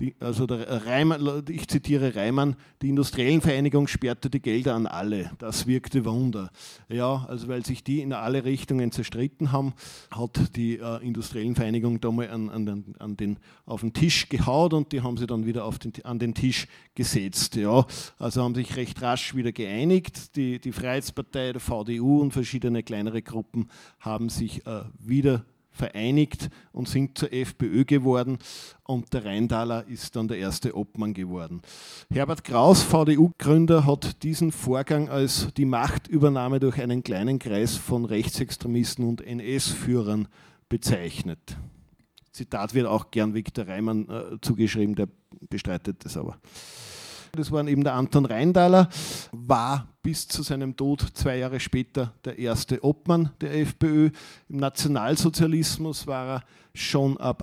ich zitiere Reimann, die Industriellen Vereinigung sperrte die Gelder an alle. Das wirkte Wunder. Ja, also weil sich die in alle Richtungen zerstritten haben, hat die Industriellen Vereinigung da mal auf den Tisch gehaut und die haben sie dann wieder an den Tisch gesetzt. Ja, also haben sich recht rasch wieder geeinigt. Die Freiheitspartei, der VDU und verschiedene kleinere Gruppen haben sich wieder vereinigt und sind zur FPÖ geworden, und der Rheintaler ist dann der erste Obmann geworden. Herbert Kraus, VDU-Gründer, hat diesen Vorgang als die Machtübernahme durch einen kleinen Kreis von Rechtsextremisten und NS-Führern bezeichnet. Zitat wird auch gern Viktor Reimann zugeschrieben, der bestreitet das aber. Das war eben der Anton Rheintaler, war bis zu seinem Tod 2 Jahre später der erste Obmann der FPÖ. Im Nationalsozialismus war er schon ab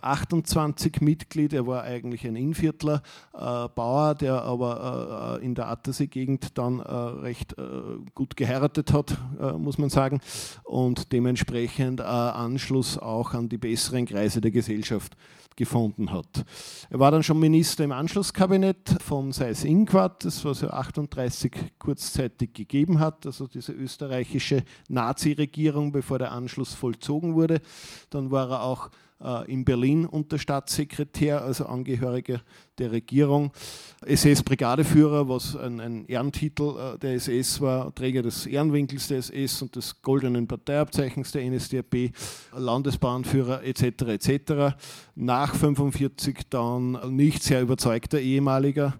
28 Mitglied. Er war eigentlich ein Innviertler Bauer, der aber in der Attersee-Gegend dann recht gut geheiratet hat, muss man sagen, und dementsprechend Anschluss auch an die besseren Kreise der Gesellschaft gefunden hat. Er war dann schon Minister im Anschlusskabinett von Seyß-Inquart, das was ja 38 kurzzeitig gegeben hat, also diese österreichische Nazi-Regierung, bevor der Anschluss vollzogen wurde. Dann war er auch in Berlin Unterstaatssekretär, also Angehöriger der Regierung, SS-Brigadeführer, was ein Ehrentitel der SS war, Träger des Ehrenwinkels der SS und des goldenen Parteiabzeichens der NSDAP, Landesbahnführer etc. etc. Nach 1945 dann nicht sehr überzeugter ehemaliger.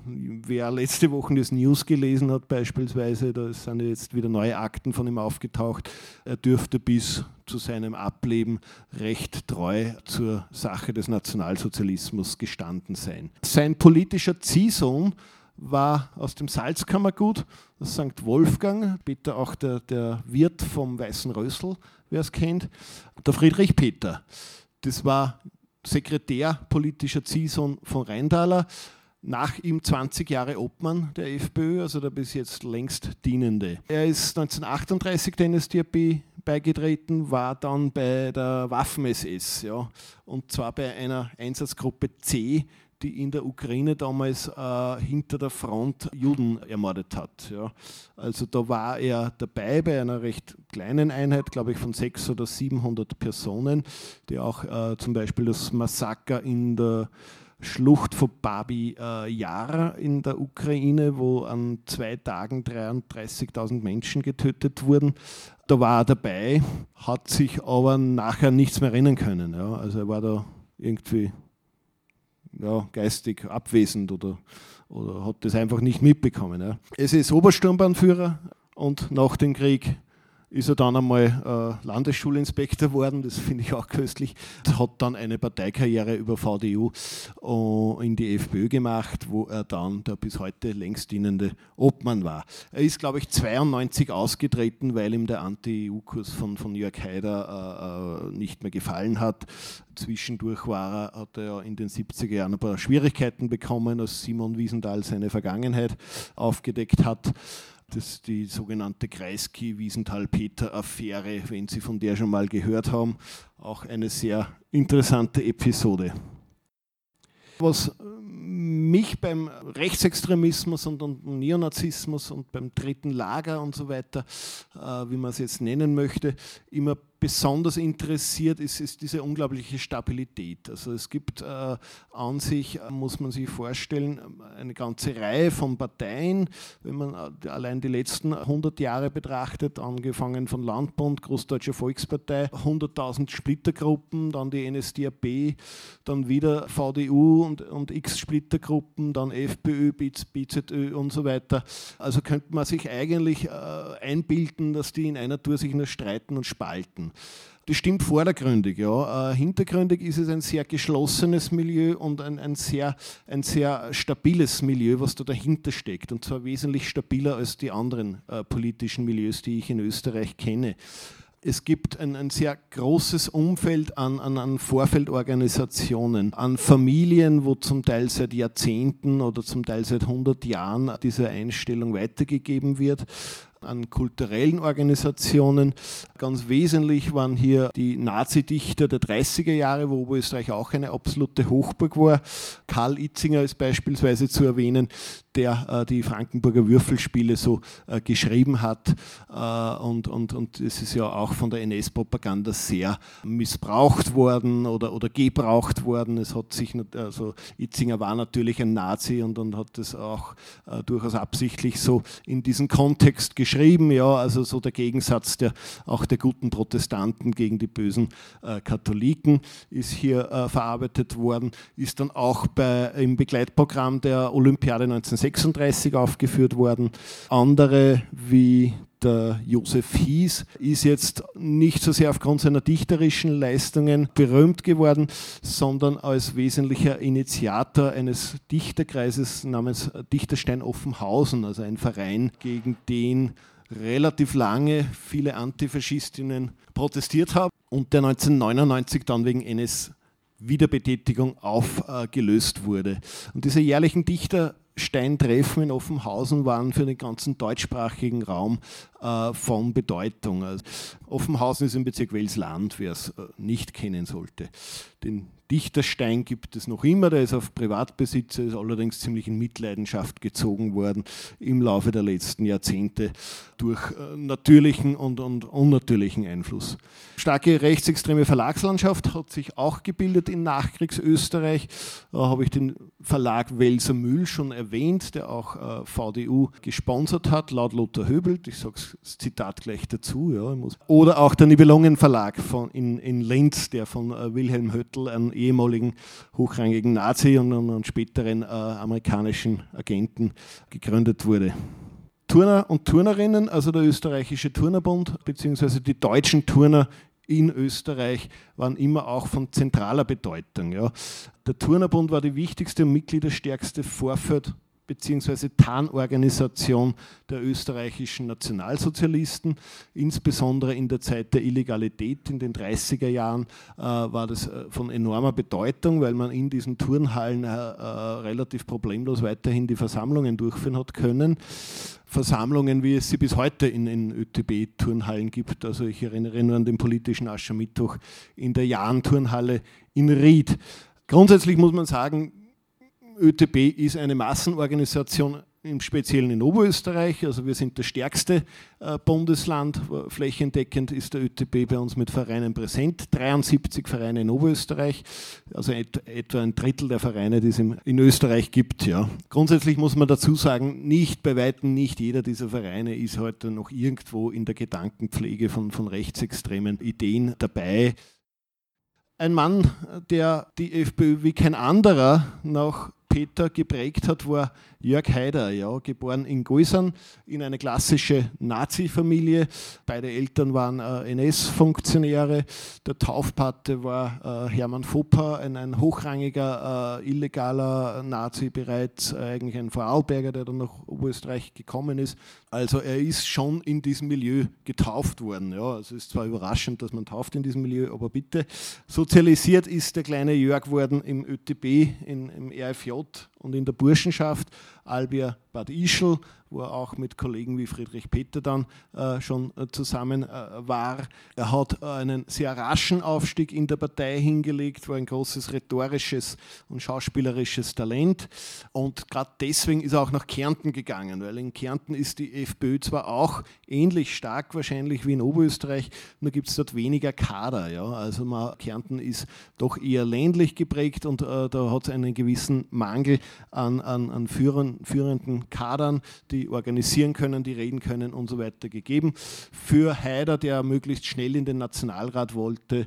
Wer letzte Woche das News gelesen hat beispielsweise, da sind jetzt wieder neue Akten von ihm aufgetaucht. Er dürfte bis zu seinem Ableben recht treu zur Sache des Nationalsozialismus gestanden sein. Sein politischer Ziehsohn war aus dem Salzkammergut, das St. Wolfgang, später auch der Wirt vom Weißen Rössl, wer es kennt, der Friedrich Peter. Das war Sekretär, politischer Ziehsohn von Rheintaler. Nach ihm 20 Jahre Obmann der FPÖ, also der bis jetzt längst Dienende. Er ist 1938 der NSDAP beigetreten, war dann bei der Waffen-SS, ja, und zwar bei einer Einsatzgruppe C, die in der Ukraine damals hinter der Front Juden ermordet hat. Ja. Also da war er dabei bei einer recht kleinen Einheit, glaube ich von 600 oder 700 Personen, die auch zum Beispiel das Massaker in der Schlucht von Babi Yar in der Ukraine, wo an 2 Tagen 33.000 Menschen getötet wurden. Da war er dabei, hat sich aber nachher nichts mehr erinnern können. Ja. Also er war da irgendwie geistig abwesend oder hat das einfach nicht mitbekommen. Ja. SS-Obersturmbahnführer und nach dem Krieg ist er dann einmal Landesschulinspektor geworden, das finde ich auch köstlich. Hat dann eine Parteikarriere über VDU in die FPÖ gemacht, wo er dann der bis heute längst dienende Obmann war. Er ist, glaube ich, 1992 ausgetreten, weil ihm der Anti-EU-Kurs von Jörg Haider nicht mehr gefallen hat. Zwischendurch hat er ja in den 70er Jahren ein paar Schwierigkeiten bekommen, als Simon Wiesenthal seine Vergangenheit aufgedeckt hat. Das ist die sogenannte Kreisky-Wiesenthal-Peter-Affäre, wenn Sie von der schon mal gehört haben. Auch eine sehr interessante Episode. Was mich beim Rechtsextremismus und Neonazismus und beim dritten Lager und so weiter, wie man es jetzt nennen möchte, immer besonders interessiert, ist diese unglaubliche Stabilität. Also es gibt an sich, muss man sich vorstellen, eine ganze Reihe von Parteien, wenn man allein die letzten 100 Jahre betrachtet, angefangen von Landbund, Großdeutsche Volkspartei, 100.000 Splittergruppen, dann die NSDAP, dann wieder VDU und x Splittergruppen, dann FPÖ, BZÖ und so weiter. Also könnte man sich eigentlich einbilden, dass die in einer Tour sich nur streiten und spalten. Das stimmt vordergründig, ja. Hintergründig ist es ein sehr geschlossenes Milieu und ein sehr stabiles Milieu, was da dahinter steckt. Und zwar wesentlich stabiler als die anderen politischen Milieus, die ich in Österreich kenne. Es gibt ein sehr großes Umfeld an Vorfeldorganisationen, an Familien, wo zum Teil seit Jahrzehnten oder zum Teil seit 100 Jahren diese Einstellung weitergegeben wird, an kulturellen Organisationen. Ganz wesentlich waren hier die Nazi-Dichter der 30er Jahre, wo Oberösterreich auch eine absolute Hochburg war. Karl Itzinger ist beispielsweise zu erwähnen, der die Frankenburger Würfelspiele so geschrieben hat. Und es ist ja auch von der NS-Propaganda sehr missbraucht worden oder gebraucht worden. Es hat sich, also Itzinger war natürlich ein Nazi und hat das auch durchaus absichtlich so in diesen Kontext geschrieben. Ja, also so der Gegensatz auch der guten Protestanten gegen die bösen Katholiken ist hier verarbeitet worden, ist dann auch im Begleitprogramm der Olympiade 1936 aufgeführt worden. Andere wie Der Josef Hies ist jetzt nicht so sehr aufgrund seiner dichterischen Leistungen berühmt geworden, sondern als wesentlicher Initiator eines Dichterkreises namens Dichterstein Offenhausen, also ein Verein, gegen den relativ lange viele Antifaschistinnen protestiert haben und der 1999 dann wegen NS-Wiederbetätigung aufgelöst wurde. Und diese jährlichen Dichtersteintreffen in Offenhausen waren für den ganzen deutschsprachigen Raum von Bedeutung. Also Offenhausen ist im Bezirk Wels-Land, wer es nicht kennen sollte. Den Dichterstein gibt es noch immer, der ist auf Privatbesitz, ist allerdings ziemlich in Mitleidenschaft gezogen worden im Laufe der letzten Jahrzehnte durch natürlichen und unnatürlichen Einfluss. Starke rechtsextreme Verlagslandschaft hat sich auch gebildet in Nachkriegsösterreich. Da habe ich den Verlag Welser Mühl schon erwähnt, der auch VDU gesponsert hat, laut Lothar Höbelt. Ich sage das Zitat gleich dazu. Ja, oder auch der Nibelungen Verlag in Linz, der von Wilhelm Höttl, einem ehemaligen hochrangigen Nazi und späteren amerikanischen Agenten, gegründet wurde. Turner und Turnerinnen, also der österreichische Turnerbund bzw. die deutschen Turner in Österreich waren immer auch von zentraler Bedeutung. Ja. Der Turnerbund war die wichtigste und mitgliederstärkste Vorfeld- bzw. Tarnorganisation der österreichischen Nationalsozialisten. Insbesondere in der Zeit der Illegalität in den 30er Jahren war das von enormer Bedeutung, weil man in diesen Turnhallen relativ problemlos weiterhin die Versammlungen durchführen hat können. Versammlungen, wie es sie bis heute in ÖTB-Turnhallen gibt. Also ich erinnere nur an den politischen Aschermittwoch in der Jahn-Turnhalle in Ried. Grundsätzlich muss man sagen, ÖTB ist eine Massenorganisation, im Speziellen in Oberösterreich. Also wir sind das stärkste Bundesland. Flächendeckend ist der ÖTB bei uns mit Vereinen präsent. 73 Vereine in Oberösterreich, also etwa ein Drittel der Vereine, die es in Österreich gibt. Ja. Grundsätzlich muss man dazu sagen, bei weitem nicht jeder dieser Vereine ist heute noch irgendwo in der Gedankenpflege von rechtsextremen Ideen dabei. Ein Mann, der die FPÖ wie kein anderer nach Peter geprägt hat, war Jörg Haider, ja, geboren in Goisern in eine klassische Nazi-Familie. Beide Eltern waren NS-Funktionäre. Der Taufpate war Hermann Foppa, ein hochrangiger, illegaler Nazi, bereits eigentlich ein Vorarlberger, der dann nach Oberösterreich gekommen ist. Also er ist schon in diesem Milieu getauft worden. Ja, es ist zwar überraschend, dass man tauft in diesem Milieu, aber bitte. Sozialisiert ist der kleine Jörg worden im ÖTB, im RFJ und in der Burschenschaft. Albia Bad Ischl, wo er auch mit Kollegen wie Friedrich Peter dann schon zusammen war. Er hat einen sehr raschen Aufstieg in der Partei hingelegt, war ein großes rhetorisches und schauspielerisches Talent. Und gerade deswegen ist er auch nach Kärnten gegangen, weil in Kärnten ist die FPÖ zwar auch ähnlich stark wahrscheinlich wie in Oberösterreich, nur gibt es dort weniger Kader. Ja. Also Kärnten ist doch eher ländlich geprägt und da hat es einen gewissen Mangel an führenden Kadern, die organisieren können, die reden können und so weiter gegeben. Für Haider, der möglichst schnell in den Nationalrat wollte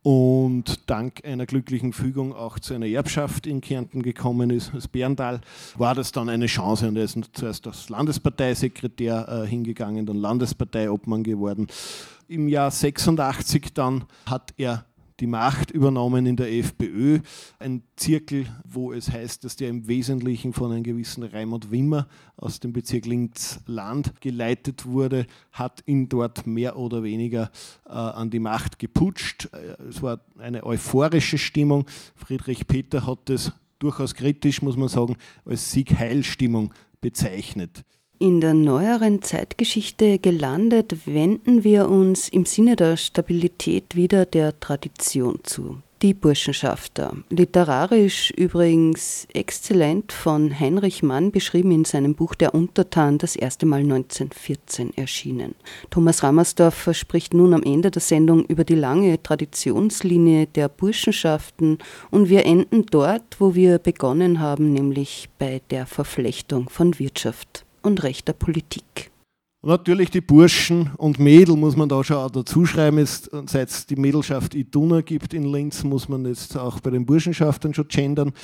und dank einer glücklichen Fügung auch zu einer Erbschaft in Kärnten gekommen ist, als Berntal, war das dann eine Chance. Und er ist zuerst als Landesparteisekretär hingegangen, dann Landesparteiobmann geworden. Im Jahr 86 dann hat er die Macht übernommen in der FPÖ, ein Zirkel, wo es heißt, dass der im Wesentlichen von einem gewissen Raimund Wimmer aus dem Bezirk Linz-Land geleitet wurde, hat ihn dort mehr oder weniger an die Macht geputscht. Es war eine euphorische Stimmung. Friedrich Peter hat das durchaus kritisch, muss man sagen, als Sieg-Heil-Stimmung bezeichnet. In der neueren Zeitgeschichte gelandet, wenden wir uns im Sinne der Stabilität wieder der Tradition zu. Die Burschenschafter, literarisch übrigens exzellent von Heinrich Mann beschrieben in seinem Buch Der Untertan, das erste Mal 1914 erschienen. Thomas Rammersdorfer spricht nun am Ende der Sendung über die lange Traditionslinie der Burschenschaften und wir enden dort, wo wir begonnen haben, nämlich bei der Verflechtung von Wirtschaft und rechter Politik. Natürlich die Burschen und Mädel muss man da schon auch dazu schreiben. Seit es die Mädelschaft Iduna gibt in Linz, muss man jetzt auch bei den Burschenschaftern schon gendern.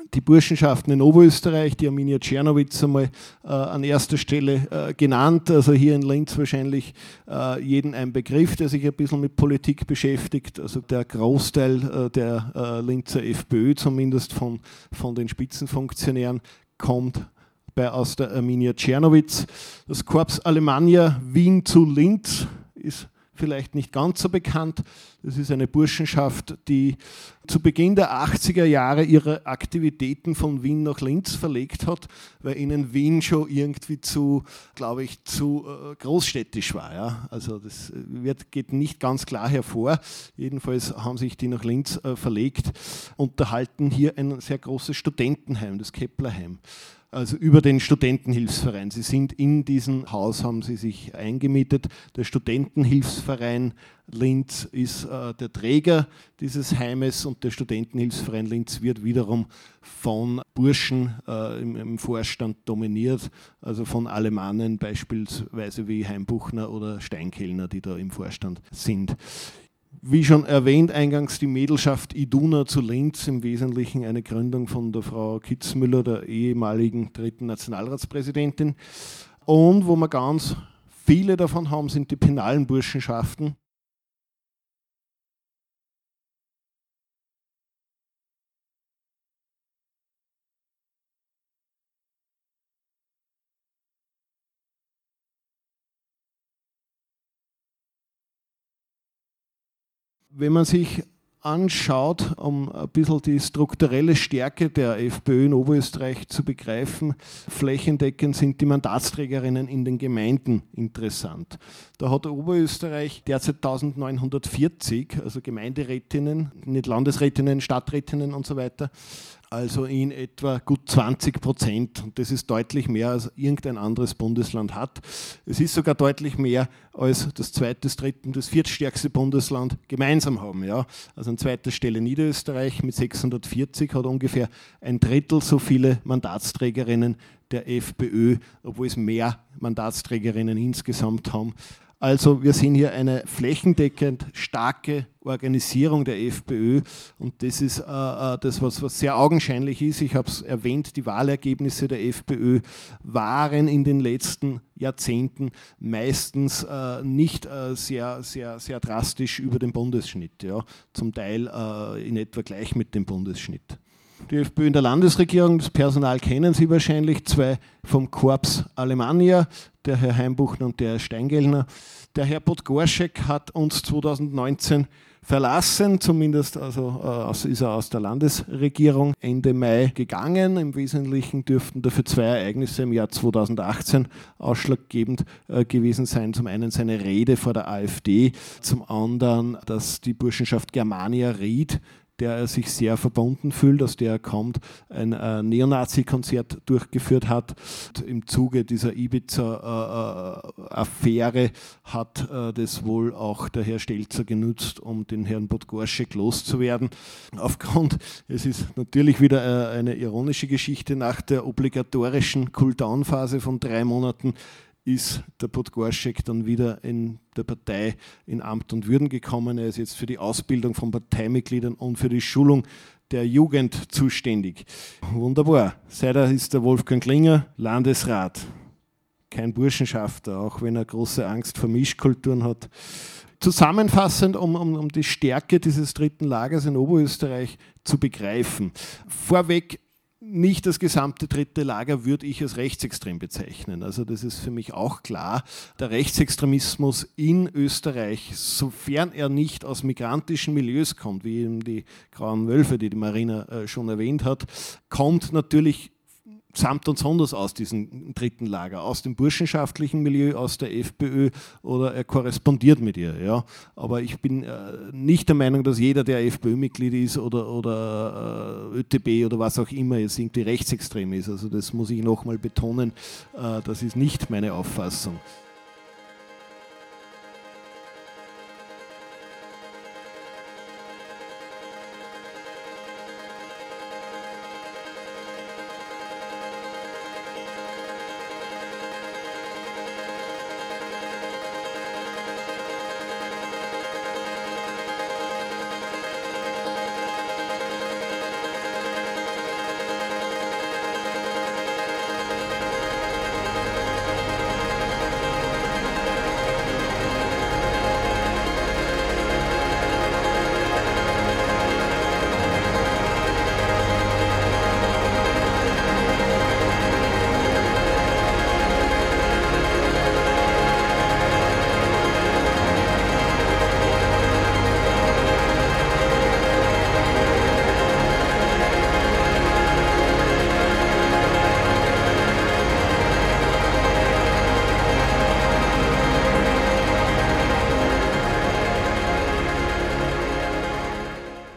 die Burschenschaften in Oberösterreich, die Arminia Czernowitz einmal an erster Stelle genannt. Also hier in Linz wahrscheinlich jeden ein Begriff, der sich ein bisschen mit Politik beschäftigt. Also der Großteil der Linzer FPÖ, zumindest von den Spitzenfunktionären, kommt aus der Arminia Czernowitz. Das Corps Alemannia Wien zu Linz ist vielleicht nicht ganz so bekannt. Das ist eine Burschenschaft, die zu Beginn der 80er Jahre ihre Aktivitäten von Wien nach Linz verlegt hat, weil ihnen Wien schon irgendwie zu großstädtisch war. Ja? Also das geht nicht ganz klar hervor. Jedenfalls haben sich die nach Linz verlegt, unterhalten hier ein sehr großes Studentenheim, das Keplerheim. Also über den Studentenhilfsverein. Sie sind in diesem Haus, haben sie sich eingemietet. Der Studentenhilfsverein Linz ist der Träger dieses Heimes und der Studentenhilfsverein Linz wird wiederum von Burschen im Vorstand dominiert, also von Alemannen beispielsweise wie Heimbuchner oder Steinkellner, die da im Vorstand sind. Wie schon erwähnt, eingangs die Mädelschaft Iduna zu Linz, im Wesentlichen eine Gründung von der Frau Kitzmüller, der ehemaligen 3. Nationalratspräsidentin. Und wo wir ganz viele davon haben, sind die penalen Burschenschaften. Wenn man sich anschaut, um ein bisschen die strukturelle Stärke der FPÖ in Oberösterreich zu begreifen, flächendeckend sind die Mandatsträgerinnen in den Gemeinden interessant. Da hat Oberösterreich derzeit 1940, also Gemeinderätinnen, nicht Landesrätinnen, Stadträtinnen und so weiter, also in etwa gut 20%. Und das ist deutlich mehr, als irgendein anderes Bundesland hat. Es ist sogar deutlich mehr, als das zweite, das dritte und das viertstärkste Bundesland gemeinsam haben. Ja. Also an zweiter Stelle Niederösterreich mit 640 hat ungefähr ein Drittel so viele Mandatsträgerinnen der FPÖ, obwohl es mehr Mandatsträgerinnen insgesamt haben. Also wir sehen hier eine flächendeckend starke Organisierung der FPÖ und das ist das, was sehr augenscheinlich ist. Ich habe es erwähnt, die Wahlergebnisse der FPÖ waren in den letzten Jahrzehnten meistens nicht sehr drastisch über dem Bundesschnitt, ja, zum Teil in etwa gleich mit dem Bundesschnitt. Die FPÖ in der Landesregierung, das Personal kennen Sie wahrscheinlich, zwei vom Corps Alemannia, der Herr Heimbuchner und der Herr Steingellner. Der Herr Podgorschek hat uns 2019 verlassen, zumindest ist er aus der Landesregierung Ende Mai gegangen. Im Wesentlichen dürften dafür zwei Ereignisse im Jahr 2018 ausschlaggebend gewesen sein. Zum einen seine Rede vor der AfD, zum anderen, dass die Burschenschaft Germania Ried, der er sich sehr verbunden fühlt, aus der er kommt, ein Neonazi-Konzert durchgeführt hat. Und im Zuge dieser Ibiza-Affäre hat das wohl auch der Herr Stelzer genutzt, um den Herrn Podgorschek loszuwerden. Es ist natürlich wieder eine ironische Geschichte, nach der obligatorischen Cool-Down-Phase von 3 Monaten ist der Podgorschek dann wieder in der Partei in Amt und Würden gekommen. Er ist jetzt für die Ausbildung von Parteimitgliedern und für die Schulung der Jugend zuständig. Wunderbar. Seither ist der Wolfgang Klinger Landesrat. Kein Burschenschafter, auch wenn er große Angst vor Mischkulturen hat. Zusammenfassend, um die Stärke dieses dritten Lagers in Oberösterreich zu begreifen. Vorweg, nicht das gesamte dritte Lager würde ich als rechtsextrem bezeichnen. Also das ist für mich auch klar. Der Rechtsextremismus in Österreich, sofern er nicht aus migrantischen Milieus kommt, wie eben die Grauen Wölfe, die Marina schon erwähnt hat, kommt natürlich samt und sonders aus diesem dritten Lager, aus dem burschenschaftlichen Milieu, aus der FPÖ oder er korrespondiert mit ihr. Ja. Aber ich bin nicht der Meinung, dass jeder, der FPÖ-Mitglied ist oder ÖTB oder was auch immer, jetzt irgendwie rechtsextrem ist. Also das muss ich nochmal betonen, das ist nicht meine Auffassung.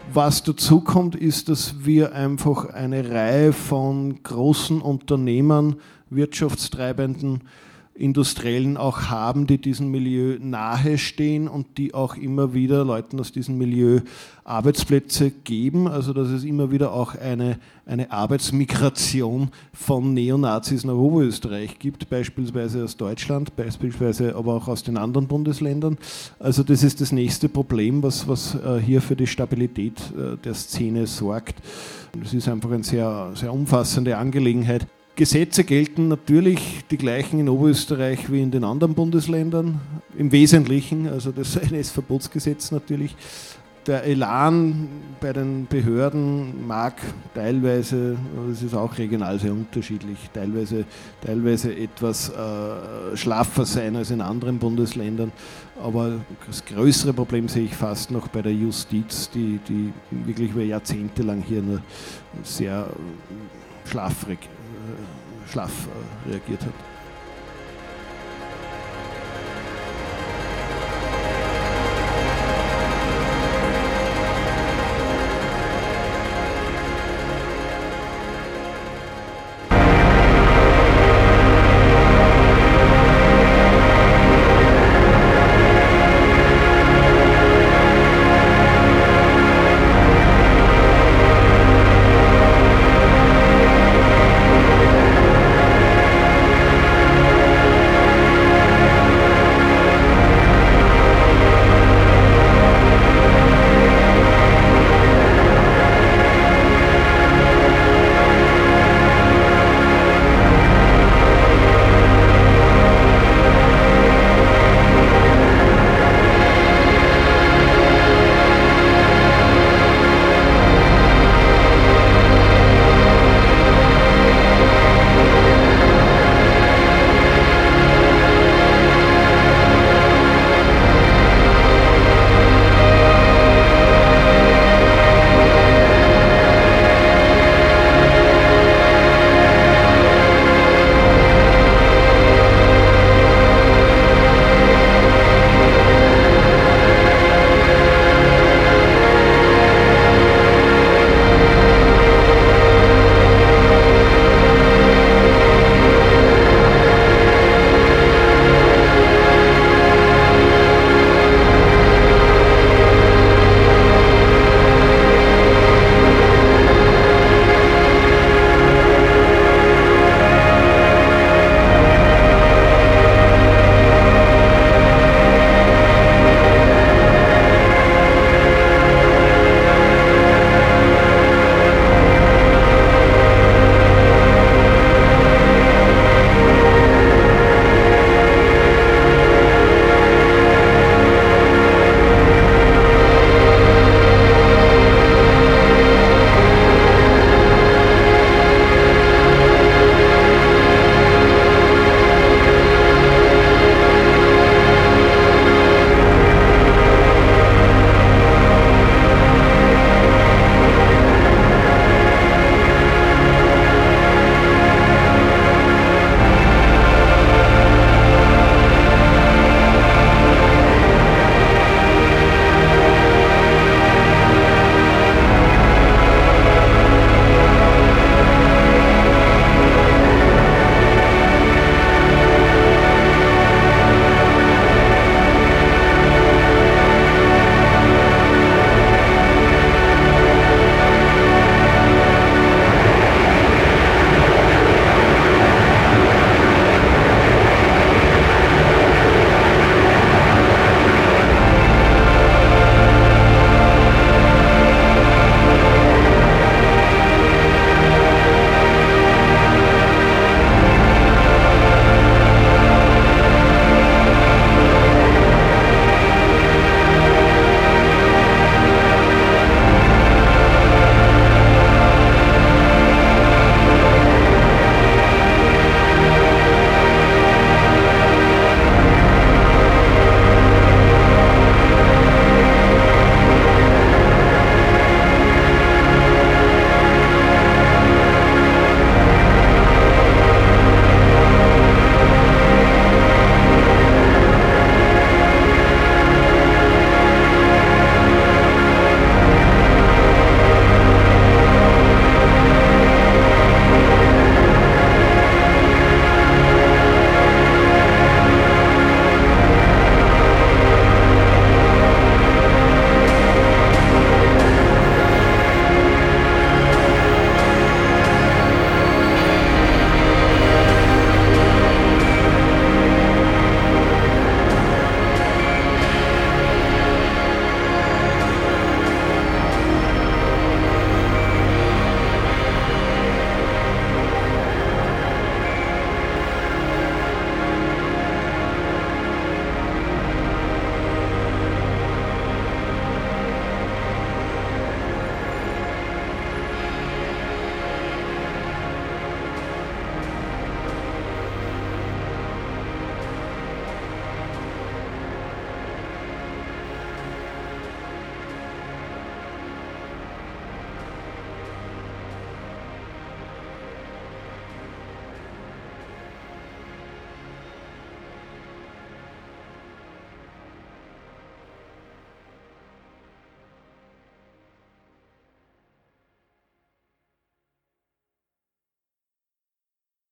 Was dazu kommt, ist, dass wir einfach eine Reihe von großen Unternehmern, Wirtschaftstreibenden, Industriellen auch haben, die diesem Milieu nahestehen und die auch immer wieder Leuten aus diesem Milieu Arbeitsplätze geben. Also dass es immer wieder auch eine Arbeitsmigration von Neonazis nach Oberösterreich gibt, beispielsweise aus Deutschland, beispielsweise aber auch aus den anderen Bundesländern. Also das ist das nächste Problem, was hier für die Stabilität der Szene sorgt. Es ist einfach eine sehr, sehr umfassende Angelegenheit. Gesetze gelten natürlich die gleichen in Oberösterreich wie in den anderen Bundesländern, im Wesentlichen, also das NS-Verbotsgesetz natürlich. Der Elan bei den Behörden mag teilweise, das ist auch regional sehr unterschiedlich, teilweise etwas schlaffer sein als in anderen Bundesländern, aber das größere Problem sehe ich fast noch bei der Justiz, die wirklich über Jahrzehnte lang hier nur sehr schlaff reagiert hat.